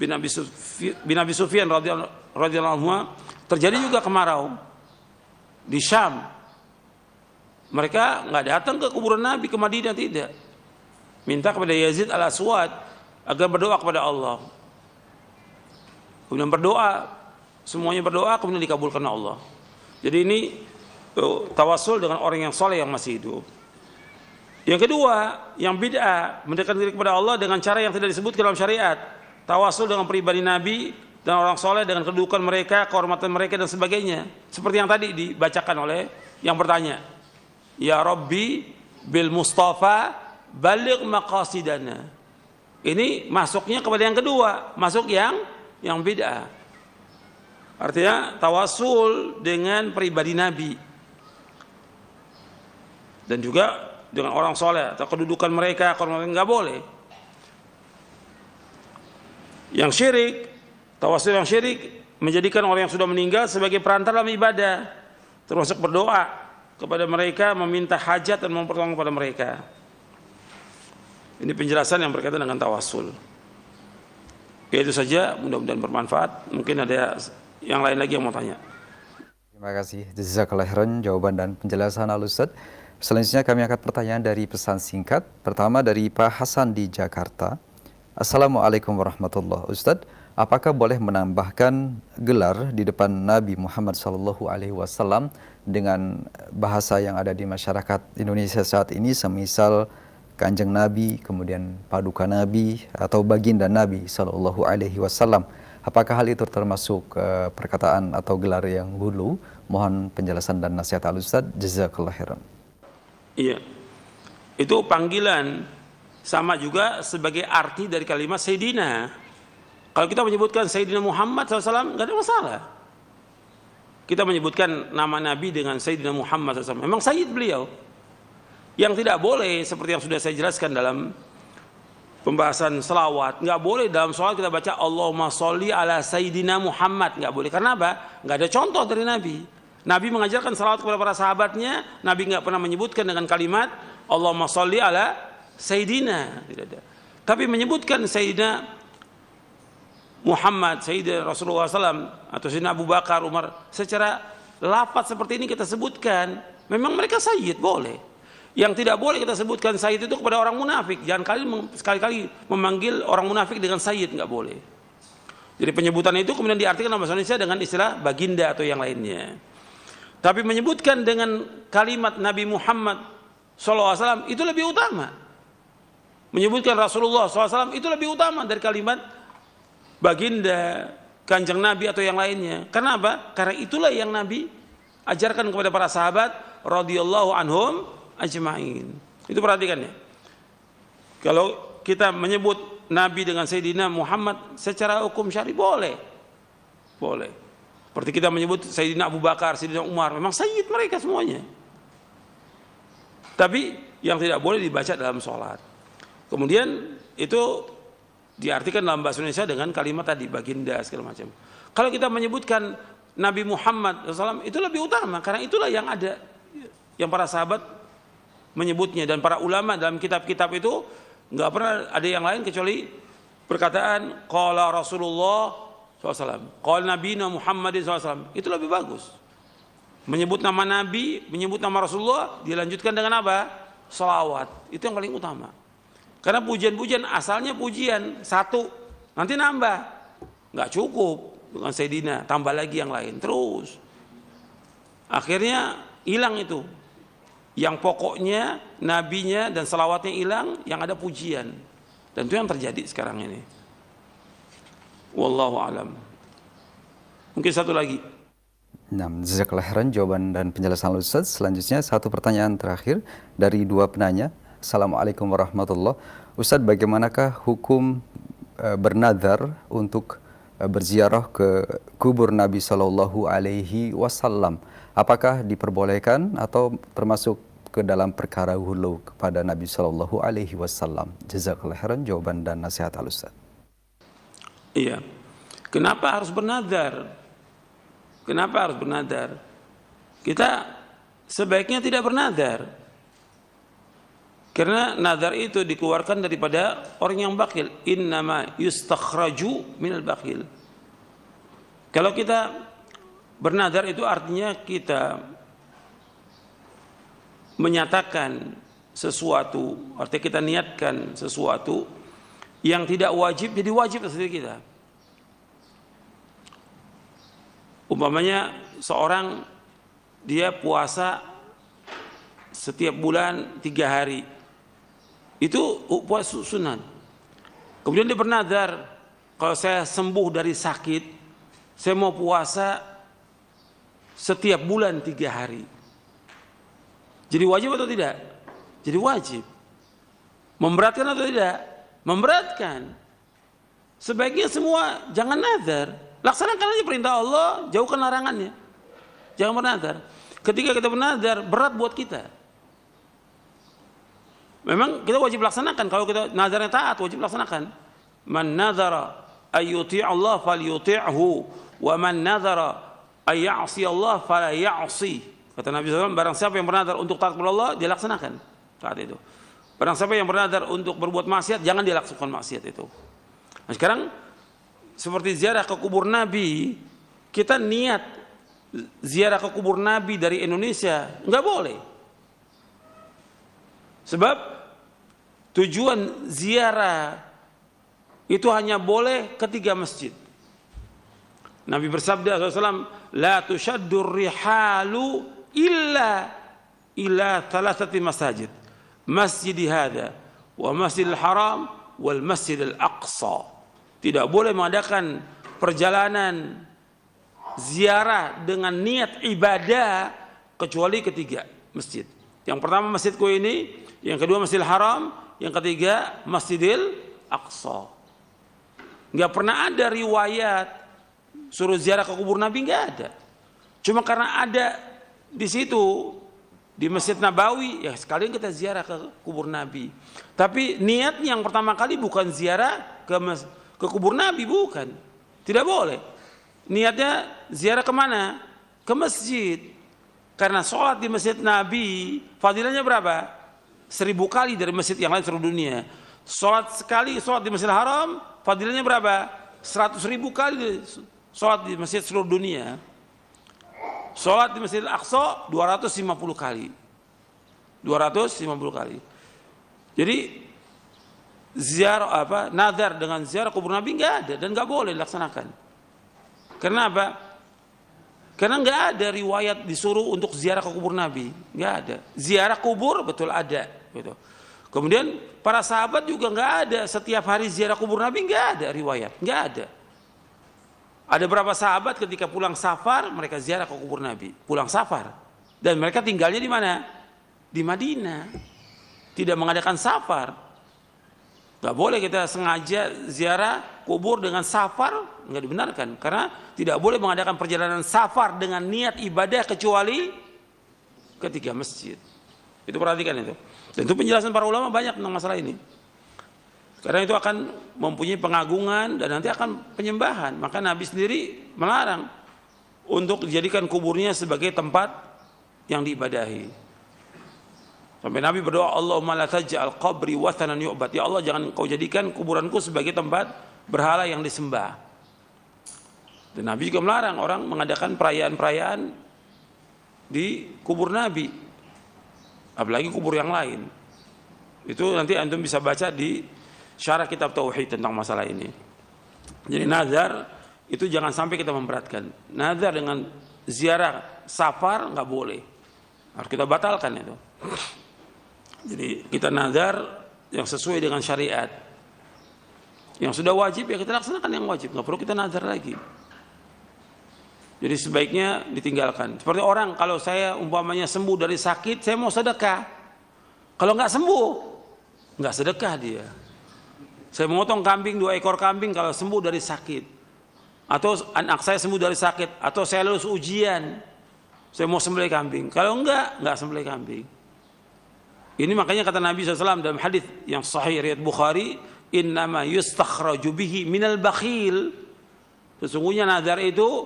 bin Abi Sufyan, bin Abi Sufyan radhiyallahu anhu, terjadi juga kemarau di Syam. Mereka nggak datang ke kuburan Nabi ke Madinah, tidak. Minta kepada Yazid al-Aswad agar berdoa kepada Allah. Kemudian berdoa, semuanya berdoa, kemudian dikabulkan Allah. Jadi ini uh, tawasul dengan orang yang soleh yang masih hidup. Yang kedua, yang bid'ah, mendekatkan diri kepada Allah dengan cara yang tidak disebut dalam syariat. Tawasul dengan pribadi Nabi dan orang soleh, dengan kedudukan mereka, kehormatan mereka dan sebagainya. Seperti yang tadi dibacakan oleh yang bertanya. Ya Rabbi bil Mustafa baligh maqasidana. Ini masuknya kepada yang kedua, masuk yang yang bid'ah. Artinya tawasul dengan pribadi Nabi. Dan juga dengan orang soleh atau kedudukan mereka, kehormatan, nggak boleh. Yang syirik, tawasul yang syirik menjadikan orang yang sudah meninggal sebagai perantara dalam ibadah, termasuk berdoa kepada mereka, meminta hajat dan mempertolongan kepada mereka. Ini penjelasan yang berkaitan dengan tawasul. Ya, itu saja, mudah-mudahan bermanfaat. Mungkin ada yang lain lagi yang mau tanya. Terima kasih jazakallahu khairan jawaban dan penjelasan Al-Ustadz. Selanjutnya kami angkat pertanyaan dari pesan singkat. Pertama dari Pak Hasan di Jakarta. Assalamualaikum warahmatullahi wabarakatuh. Ustadz, apakah boleh menambahkan gelar di depan Nabi Muhammad shallallahu alaihi wasallam dengan bahasa yang ada di masyarakat Indonesia saat ini, semisal Kanjeng Nabi, kemudian Paduka Nabi atau Baginda Nabi shallallahu alaihi wasallam? Apakah hal itu termasuk uh, perkataan atau gelar yang hulu? Mohon penjelasan dan nasihat Al-Ustadz. Jazakallahu khairan. Iya, itu panggilan, sama juga sebagai arti dari kalimat Sayyidina. Kalau kita menyebutkan Sayyidina Muhammad shallallahu alaihi wasallam, nggak ada masalah. Kita menyebutkan nama Nabi dengan Sayyidina Muhammad shallallahu alaihi wasallam, memang Sayyid beliau. Yang tidak boleh, seperti yang sudah saya jelaskan dalam pembahasan selawat, nggak boleh dalam sholat kita baca Allahumma sholli ala Sayyidina Muhammad, nggak boleh. Karena apa? Nggak ada contoh dari Nabi. Nabi mengajarkan salawat kepada para sahabatnya, Nabi nggak pernah menyebutkan dengan kalimat Allahumma sholli ala Sayyidina, tidak ada. Tapi menyebutkan Sayyidina Muhammad, Sayyidina Rasulullah shallallahu alaihi wasallam atau Sayyidina Abu Bakar, Umar, secara lafaz seperti ini kita sebutkan, memang mereka Sayyid, boleh. Yang tidak boleh kita sebutkan Sayyid itu kepada orang munafik. Jangan kali sekali-kali memanggil orang munafik dengan Sayyid, nggak boleh. Jadi penyebutan itu kemudian diartikan dalam bahasa Indonesia dengan istilah baginda atau yang lainnya. Tapi menyebutkan dengan kalimat Nabi Muhammad shallallahu alaihi wasallam itu lebih utama. Menyebutkan Rasulullah shallallahu alaihi wasallam itu lebih utama dari kalimat baginda, Kanjeng Nabi atau yang lainnya. Karena apa? Karena itulah yang Nabi ajarkan kepada para sahabat radhiyallahu anhum ajma'in. Itu perhatikan ya. Kalau kita menyebut Nabi dengan Sayyidina Muhammad secara hukum syari boleh. Boleh. Seperti kita menyebut Sayyidina Abu Bakar, Sayyidina Umar, memang Sayyid mereka semuanya. Tapi yang tidak boleh dibaca dalam sholat. Kemudian itu diartikan dalam bahasa Indonesia dengan kalimat tadi, baginda segala macam. Kalau kita menyebutkan Nabi Muhammad shallallahu alaihi wasallam itu lebih utama, karena itulah yang ada, yang para sahabat menyebutnya, dan para ulama dalam kitab-kitab itu nggak pernah ada yang lain kecuali perkataan qala Rasulullah shallallahu alaihi wasallam, qala nabiyina Muhammadin shallallahu alaihi wasallam. Itu lebih bagus. Menyebut nama Nabi, menyebut nama Rasulullah, dilanjutkan dengan apa? Salawat. Itu yang paling utama. Karena pujian-pujian asalnya pujian satu, nanti nambah, nggak cukup dengan Sayyidina, tambah lagi yang lain terus. Akhirnya hilang itu. Yang pokoknya nabinya dan salawatnya hilang, yang ada pujian. Dan itu yang terjadi sekarang ini. Wallahu alam. Mungkin satu lagi. Nah, jazakallahu khairan jawaban dan penjelasan Ustaz. Selanjutnya satu pertanyaan terakhir dari dua penanya. Assalamualaikum warahmatullahi wabarakatuh. Ustaz, bagaimanakah hukum e, bernazar untuk e, berziarah ke kubur Nabi Shallallahu alaihi wasallam? Apakah diperbolehkan atau termasuk ke dalam perkara hulu kepada Nabi Shallallahu alaihi wasallam? Jazakallahu khairan jawaban dan nasihat Ustaz. Iya. Kenapa harus bernazar? Kenapa harus bernazar? Kita sebaiknya tidak bernazar. Karena nazar itu dikeluarkan daripada orang yang bakhil. Innama yustakhraju minal bakhil. Kalau kita bernazar itu artinya kita menyatakan sesuatu, artinya kita niatkan sesuatu yang tidak wajib jadi wajib atas diri kita. Umpamanya seorang dia puasa setiap bulan tiga hari, itu puasa sunat. Kemudian dia bernazar, kalau saya sembuh dari sakit, saya mau puasa setiap bulan tiga hari. Jadi wajib atau tidak? Jadi wajib. Memberatkan atau tidak? Memberatkan. Sebaiknya semua jangan nazar. Laksanakan aja perintah Allah, jauhkan larangannya. Jangan bernazar. Ketika kita bernazar, berat buat kita. Memang kita wajib laksanakan. Kalau kita nazarnya taat, wajib laksanakan. Man nazara ayyuti' Allah falyuti'hu, wa man nazara ayya'si Allah fala ya'si. Kata Nabi shallallahu alaihi wasallam, barang siapa yang bernazar untuk taat kepada Allah, dia laksanakan saat itu. Barang siapa yang bernazar untuk berbuat maksiat, jangan dia lakukan maksiat itu. Nah, sekarang seperti ziarah ke kubur Nabi, kita niat ziarah ke kubur Nabi dari Indonesia, nggak boleh. Sebab tujuan ziarah itu hanya boleh ke tiga masjid. Nabi bersabda shallallahu alaihi wasallam, la tushaddur rihalu illa ila thalathati masajid, masjid hadza wa masjidil haram wal masjidil aqsa. Tidak boleh mengadakan perjalanan ziarah dengan niat ibadah kecuali ketiga masjid. Yang pertama masjidku ini, yang kedua Masjidil Haram, yang ketiga Masjidil Aqsa. Nggak pernah ada riwayat suruh ziarah ke kubur Nabi, nggak ada. Cuma karena ada di situ di Masjid Nabawi, ya sekalian kita ziarah ke kubur Nabi. Tapi niatnya yang pertama kali bukan ziarah ke mas, ke kubur Nabi, bukan. Tidak boleh. Niatnya ziarah kemana? Ke masjid. Karena sholat di Masjid Nabi fadilahnya berapa? Seribu kali dari masjid yang lain seluruh dunia. Sholat sekali sholat di Masjidil Haram fadilahnya berapa? Seratus ribu kali sholat di masjid seluruh dunia. Sholat di Masjidil Aqsa dua ratus lima puluh kali. dua ratus lima puluh kali. Jadi ziarah apa? Nazar dengan ziarah kubur Nabi nggak ada dan nggak boleh dilaksanakan. Kenapa? Karena nggak ada riwayat disuruh untuk ziarah ke kubur Nabi, nggak ada. Ziarah kubur betul ada, gitu. Kemudian para sahabat juga nggak ada setiap hari ziarah kubur Nabi, nggak ada riwayat, nggak ada. Ada beberapa sahabat ketika pulang safar mereka ziarah ke kubur Nabi, pulang safar, dan mereka tinggalnya di mana? Di Madinah, tidak mengadakan safar. Nggak boleh kita sengaja ziarah kubur dengan safar, nggak dibenarkan. Karena tidak boleh mengadakan perjalanan safar dengan niat ibadah kecuali ketiga masjid. Itu perhatikan itu. Dan itu penjelasan para ulama banyak tentang masalah ini. Karena itu akan mempunyai pengagungan dan nanti akan penyembahan. Maka Nabi sendiri melarang untuk dijadikan kuburnya sebagai tempat yang diibadahi. Sampai Nabi berdoa, Allahumma la taj'al qabri wathanan yu'bad. Ya Allah, jangan kau jadikan kuburanku sebagai tempat berhala yang disembah. Dan Nabi juga melarang orang mengadakan perayaan-perayaan di kubur Nabi, apalagi kubur yang lain. Itu nanti antum bisa baca di syarah kitab Tauhid tentang masalah ini. Jadi nazar itu jangan sampai kita memberatkan. Nazar dengan ziarah safar nggak boleh, harus kita batalkan itu. Jadi kita nazar yang sesuai dengan syariat. Yang sudah wajib ya kita laksanakan yang wajib, nggak perlu kita nazar lagi. Jadi sebaiknya ditinggalkan. Seperti orang kalau saya umpamanya sembuh dari sakit, saya mau sedekah. Kalau nggak sembuh, nggak sedekah dia. Saya memotong kambing dua ekor kambing kalau sembuh dari sakit, atau anak saya sembuh dari sakit, atau saya lulus ujian, saya mau sembelih kambing. Kalau enggak, nggak sembelih kambing. Ini makanya kata Nabi shallallahu alaihi wasallam dalam hadis yang sahih riwayat Bukhari, innama yustakhraju bihi minal bakhil. Sesungguhnya nazar itu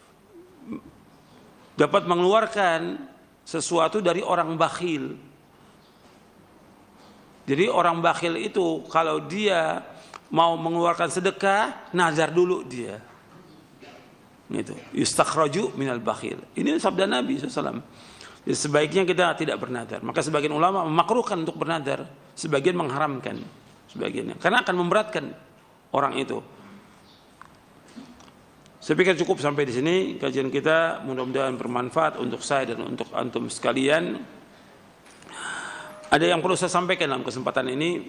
dapat mengeluarkan sesuatu dari orang bakhil. Jadi orang bakhil itu kalau dia mau mengeluarkan sedekah, nazar dulu dia. Gitu. Yustakhraju minal bakhil. Ini sabda Nabi shallallahu alaihi wasallam. Jadi sebaiknya kita tidak bernadar. Maka sebagian ulama memakruhkan untuk bernadar, sebagian mengharamkan sebagiannya, karena akan memberatkan orang itu. Saya pikir cukup sampai di sini kajian kita, mudah-mudahan bermanfaat untuk saya dan untuk antum sekalian. Ada yang perlu saya sampaikan dalam kesempatan ini.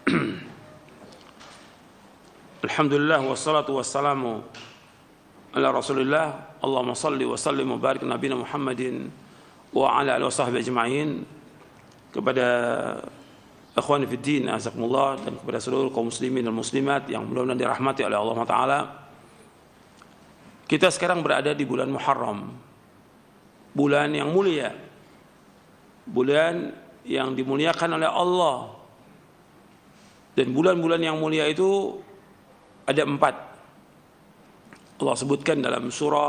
Alhamdulillah wassalatu wassalamu ala Rasulillah. Allahumma salli wa sallim wa barik Nabi Muhammadin wa ala alihi washabbihi ajma'in. Kepada ikhwan fi din, azakumullah, dan kepada seluruh kaum muslimin dan muslimat yang mudah-mudahan dirahmati oleh Allah Taala. Kita sekarang berada di bulan Muharram, bulan yang mulia, bulan yang dimuliakan oleh Allah. Dan bulan-bulan yang mulia itu ada empat. Allah sebutkan dalam surah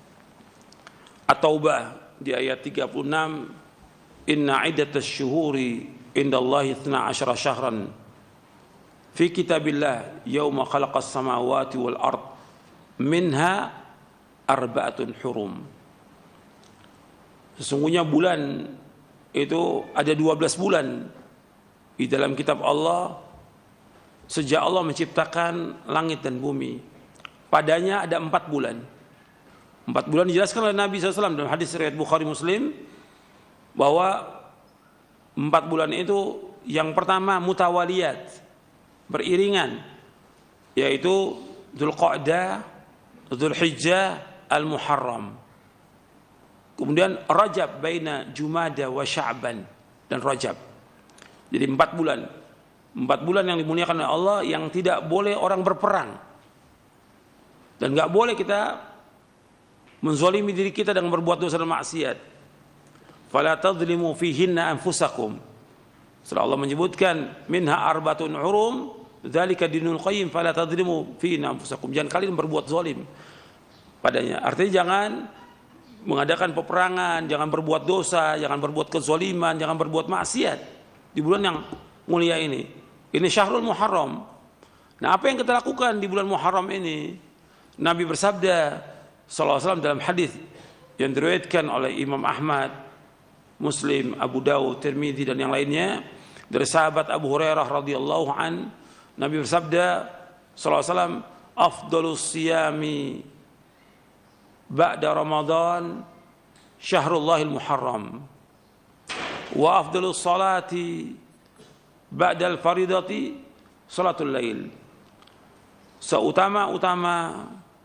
At-Taubah di ayat tiga puluh enam, inna iddatas syuhuri indallahi ithna asyara syahran fi kitabillah yauma khalaqas samawati wal ard minha arba'atun hurum. Sesungguhnya bulan itu ada dua belas bulan di dalam kitab Allah sejak Allah menciptakan langit dan bumi. Padanya ada empat bulan. Empat bulan dijelaskan oleh Nabi shallallahu alaihi wasallam dalam hadis riwayat Bukhari Muslim, bahwa empat bulan itu yang pertama mutawaliyat, beriringan, yaitu Dzulqa'dah, Dzulhijjah, Al-Muharram. Kemudian Rajab, baina Jumada wa Sya'ban, dan Rajab. Jadi empat bulan. Empat bulan yang dimuliakan oleh Allah, yang tidak boleh orang berperang. Dan enggak boleh kita menzalimi diri kita dengan berbuat dosa dan maksiat. Fala tadhlimu fihinna anfusakum. Setelah Allah menyebutkan minha arbatun hurum, dzalika dinul qayyim, fala tadhlimu fihinna anfusakum. Jangan kalian berbuat zalim padanya. Artinya jangan mengadakan peperangan, jangan berbuat dosa, jangan berbuat kezaliman, jangan berbuat maksiat di bulan yang mulia ini. Ini Syahrul Muharram. Nah, apa yang kita lakukan di bulan Muharram ini? Nabi bersabda sallallahu alaihi wasallam dalam hadis yang diriwayatkan oleh Imam Ahmad, Muslim, Abu Dawud, Tirmidzi, dan yang lainnya, dari sahabat Abu Hurairah radhiyallahu an, Nabi bersabda sallallahu alaihi wasallam, afdhalus siyami ba'da Ramadan Syahrullahil Muharram, wa afdhalus salati ba'dal faridati salatul lail. Seutama-utama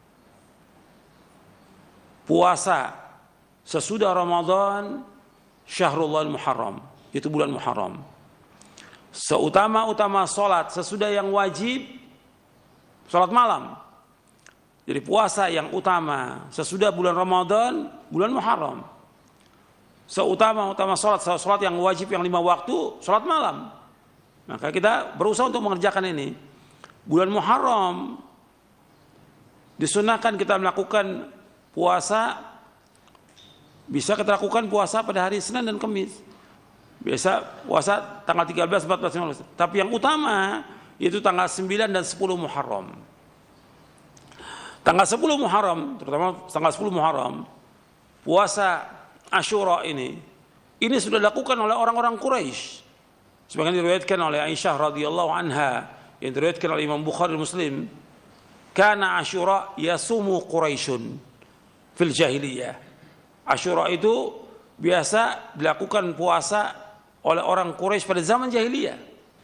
puasa sesudah Ramadan Syahrullahil Muharram, itu bulan Muharram. Seutama-utama salat sesudah yang wajib, salat malam. Jadi puasa yang utama sesudah bulan Ramadan, bulan Muharram. Seutama-utama salat, salat yang wajib yang lima waktu, salat malam. Maka kita berusaha untuk mengerjakan ini. Bulan Muharram disunahkan kita melakukan puasa. Bisa kita lakukan puasa pada hari Senin dan Kamis. Biasa puasa tanggal tiga belas, empat belas, lima belas. Tapi yang utama yaitu tanggal sembilan dan sepuluh Muharram. Tanggal sepuluh Muharram, terutama tanggal sepuluh Muharram, puasa Asyura ini, ini sudah dilakukan oleh orang-orang Quraisy. Sebagaimana diriwayatkan oleh Aisyah radhiyallahu anha, yang diriwayatkan oleh Imam Bukhari Muslim, kana Asyura yasumu Quraisyun fil jahiliyah. Asyura itu biasa dilakukan puasa oleh orang Quraisy pada zaman jahiliyah.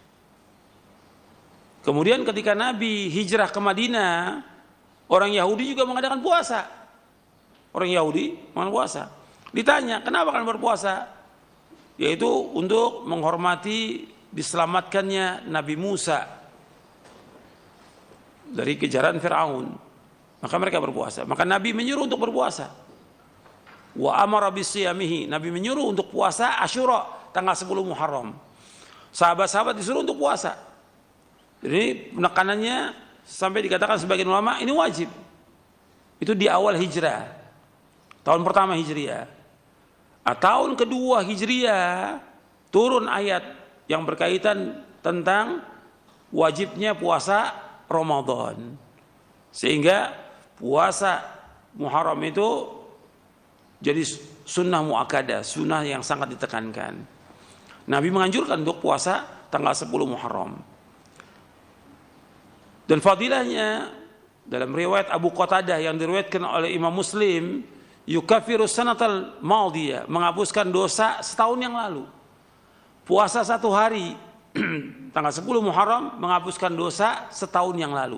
Kemudian ketika Nabi hijrah ke Madinah, orang Yahudi juga mengadakan puasa. Orang Yahudi mengadakan puasa. Ditanya, kenapa kalian berpuasa? Yaitu untuk menghormati diselamatkannya Nabi Musa dari kejaran Fir'aun. Maka mereka berpuasa. Maka Nabi menyuruh untuk berpuasa. Wa amara bisiyamihi, Nabi menyuruh untuk puasa Asyura tanggal sepuluh Muharram. Sahabat-sahabat disuruh untuk puasa. Jadi penekanannya sampai dikatakan sebagian ulama ini wajib. Itu di awal hijrah, tahun pertama hijriah. Nah, tahun kedua hijriah turun ayat yang berkaitan tentang wajibnya puasa Ramadan. Sehingga puasa Muharram itu jadi sunnah muakkadah, sunnah yang sangat ditekankan. Nabi menganjurkan untuk puasa tanggal sepuluh Muharram. Dan fadilahnya dalam riwayat Abu Qatadah yang diriwayatkan oleh Imam Muslim, yukaffiru sanatal madiyah, menghapuskan dosa setahun yang lalu. Puasa satu hari tanggal sepuluh Muharram menghapuskan dosa setahun yang lalu.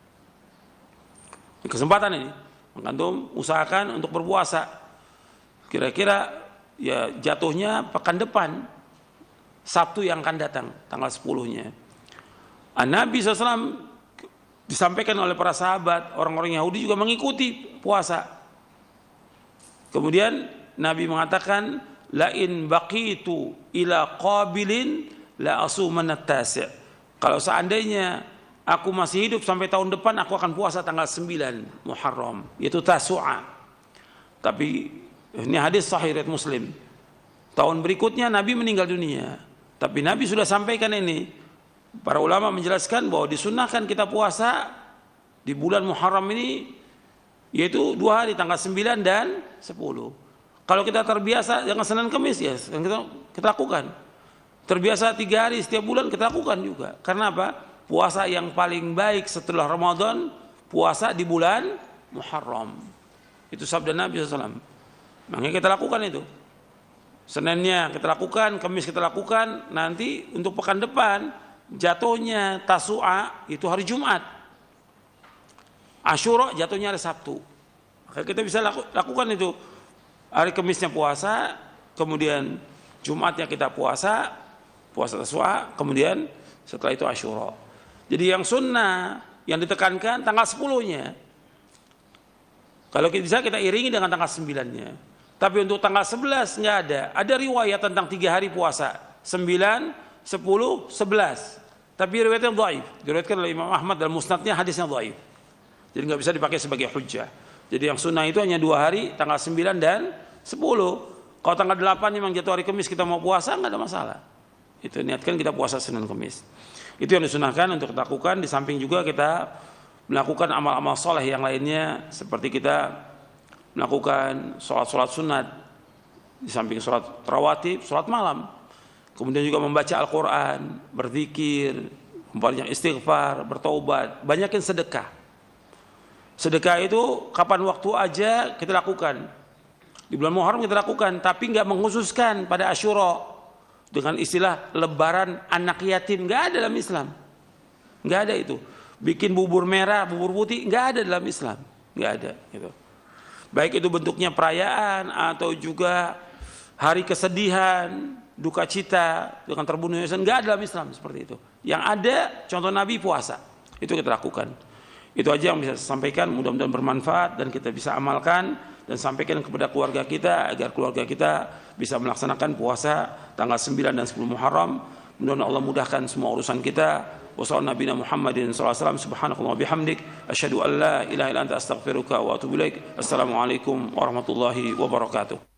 Di kesempatan ini, maka antum usahakan untuk berpuasa. Kira-kira ya jatuhnya pekan depan, Sabtu yang akan datang, tanggal sepuluh-nya. Nabi shallallahu alaihi wasallam disampaikan oleh para sahabat, orang-orang Yahudi juga mengikuti puasa. Kemudian Nabi mengatakan, lain baqitu ila qabilin la asumanat tasi'. Kalau seandainya aku masih hidup sampai tahun depan, aku akan puasa tanggal sembilan Muharram, yaitu Tasu'a. Tapi ini hadis sahih riwayat Muslim. Tahun berikutnya Nabi meninggal dunia. Tapi Nabi sudah sampaikan ini. Para ulama menjelaskan bahwa disunahkan kita puasa di bulan Muharram ini, yaitu dua hari, tanggal sembilan dan sepuluh. Kalau kita terbiasa dengan Senin Kamis, ya kita, kita lakukan. Terbiasa tiga hari setiap bulan, kita lakukan juga. Karena apa? Puasa yang paling baik setelah Ramadan, puasa di bulan Muharram. Itu sabda Nabi shallallahu alaihi wasallam. Makanya kita lakukan itu. Seninnya kita lakukan, Kamis kita lakukan, nanti untuk pekan depan jatuhnya Tasu'a itu hari Jumat. Asyura jatuhnya hari Sabtu. Maka kita bisa laku, lakukan itu. Hari Kamisnya puasa, kemudian Jumatnya kita puasa, puasa Tasu'a, kemudian setelah itu Asyura. Jadi yang sunnah, yang ditekankan tanggal sepuluh-nya. Kalau bisa kita iringi dengan tanggal sembilan-nya. Tapi untuk tanggal sebelas nggak ada. Ada riwayat tentang tiga hari puasa, sembilan, sepuluh, sebelas. Tapi riwayatnya dhaif. Diriwayatkan oleh Imam Ahmad dalam musnadnya, hadisnya dhaif. Jadi nggak bisa dipakai sebagai hujjah. Jadi yang sunnah itu hanya dua hari, tanggal sembilan dan sepuluh. Kalau tanggal delapan memang jatuh hari Kamis kita mau puasa, nggak ada masalah. Itu niatkan kita puasa Senin Kamis. Itu yang disunahkan untuk kita lakukan. Di samping juga kita melakukan amal-amal soleh yang lainnya, seperti kita melakukan sholat-sholat sunat, di samping sholat rawatib, sholat malam. Kemudian juga membaca Al-Quran, berzikir, memperbanyak istighfar, bertaubat, banyakin sedekah. Sedekah itu kapan waktu aja kita lakukan. Di bulan Muharram kita lakukan, tapi nggak mengkhususkan pada Asyura dengan istilah lebaran anak yatim. Nggak ada dalam Islam, nggak ada itu. Bikin bubur merah, bubur putih, nggak ada dalam Islam, nggak ada. Gitu. Baik itu bentuknya perayaan atau juga hari kesedihan, duka cita dengan terbunuhnya, nggak ada dalam Islam seperti itu. Yang ada contoh Nabi puasa, itu kita lakukan. Itu aja yang bisa saya sampaikan, mudah-mudahan bermanfaat dan kita bisa amalkan dan sampaikan kepada keluarga kita agar keluarga kita bisa melaksanakan puasa tanggal sembilan dan sepuluh Muharram. Mudah-mudahan Allah mudahkan semua urusan kita. Wassalamualaikum Nabi Muhammadin sallallahu alaihi wasallam. Subhanakallah bihamdik asyhadu an la ilaha illa anta astaghfiruka wa atubu ilaik. Assalamualaikum warahmatullahi wabarakatuh.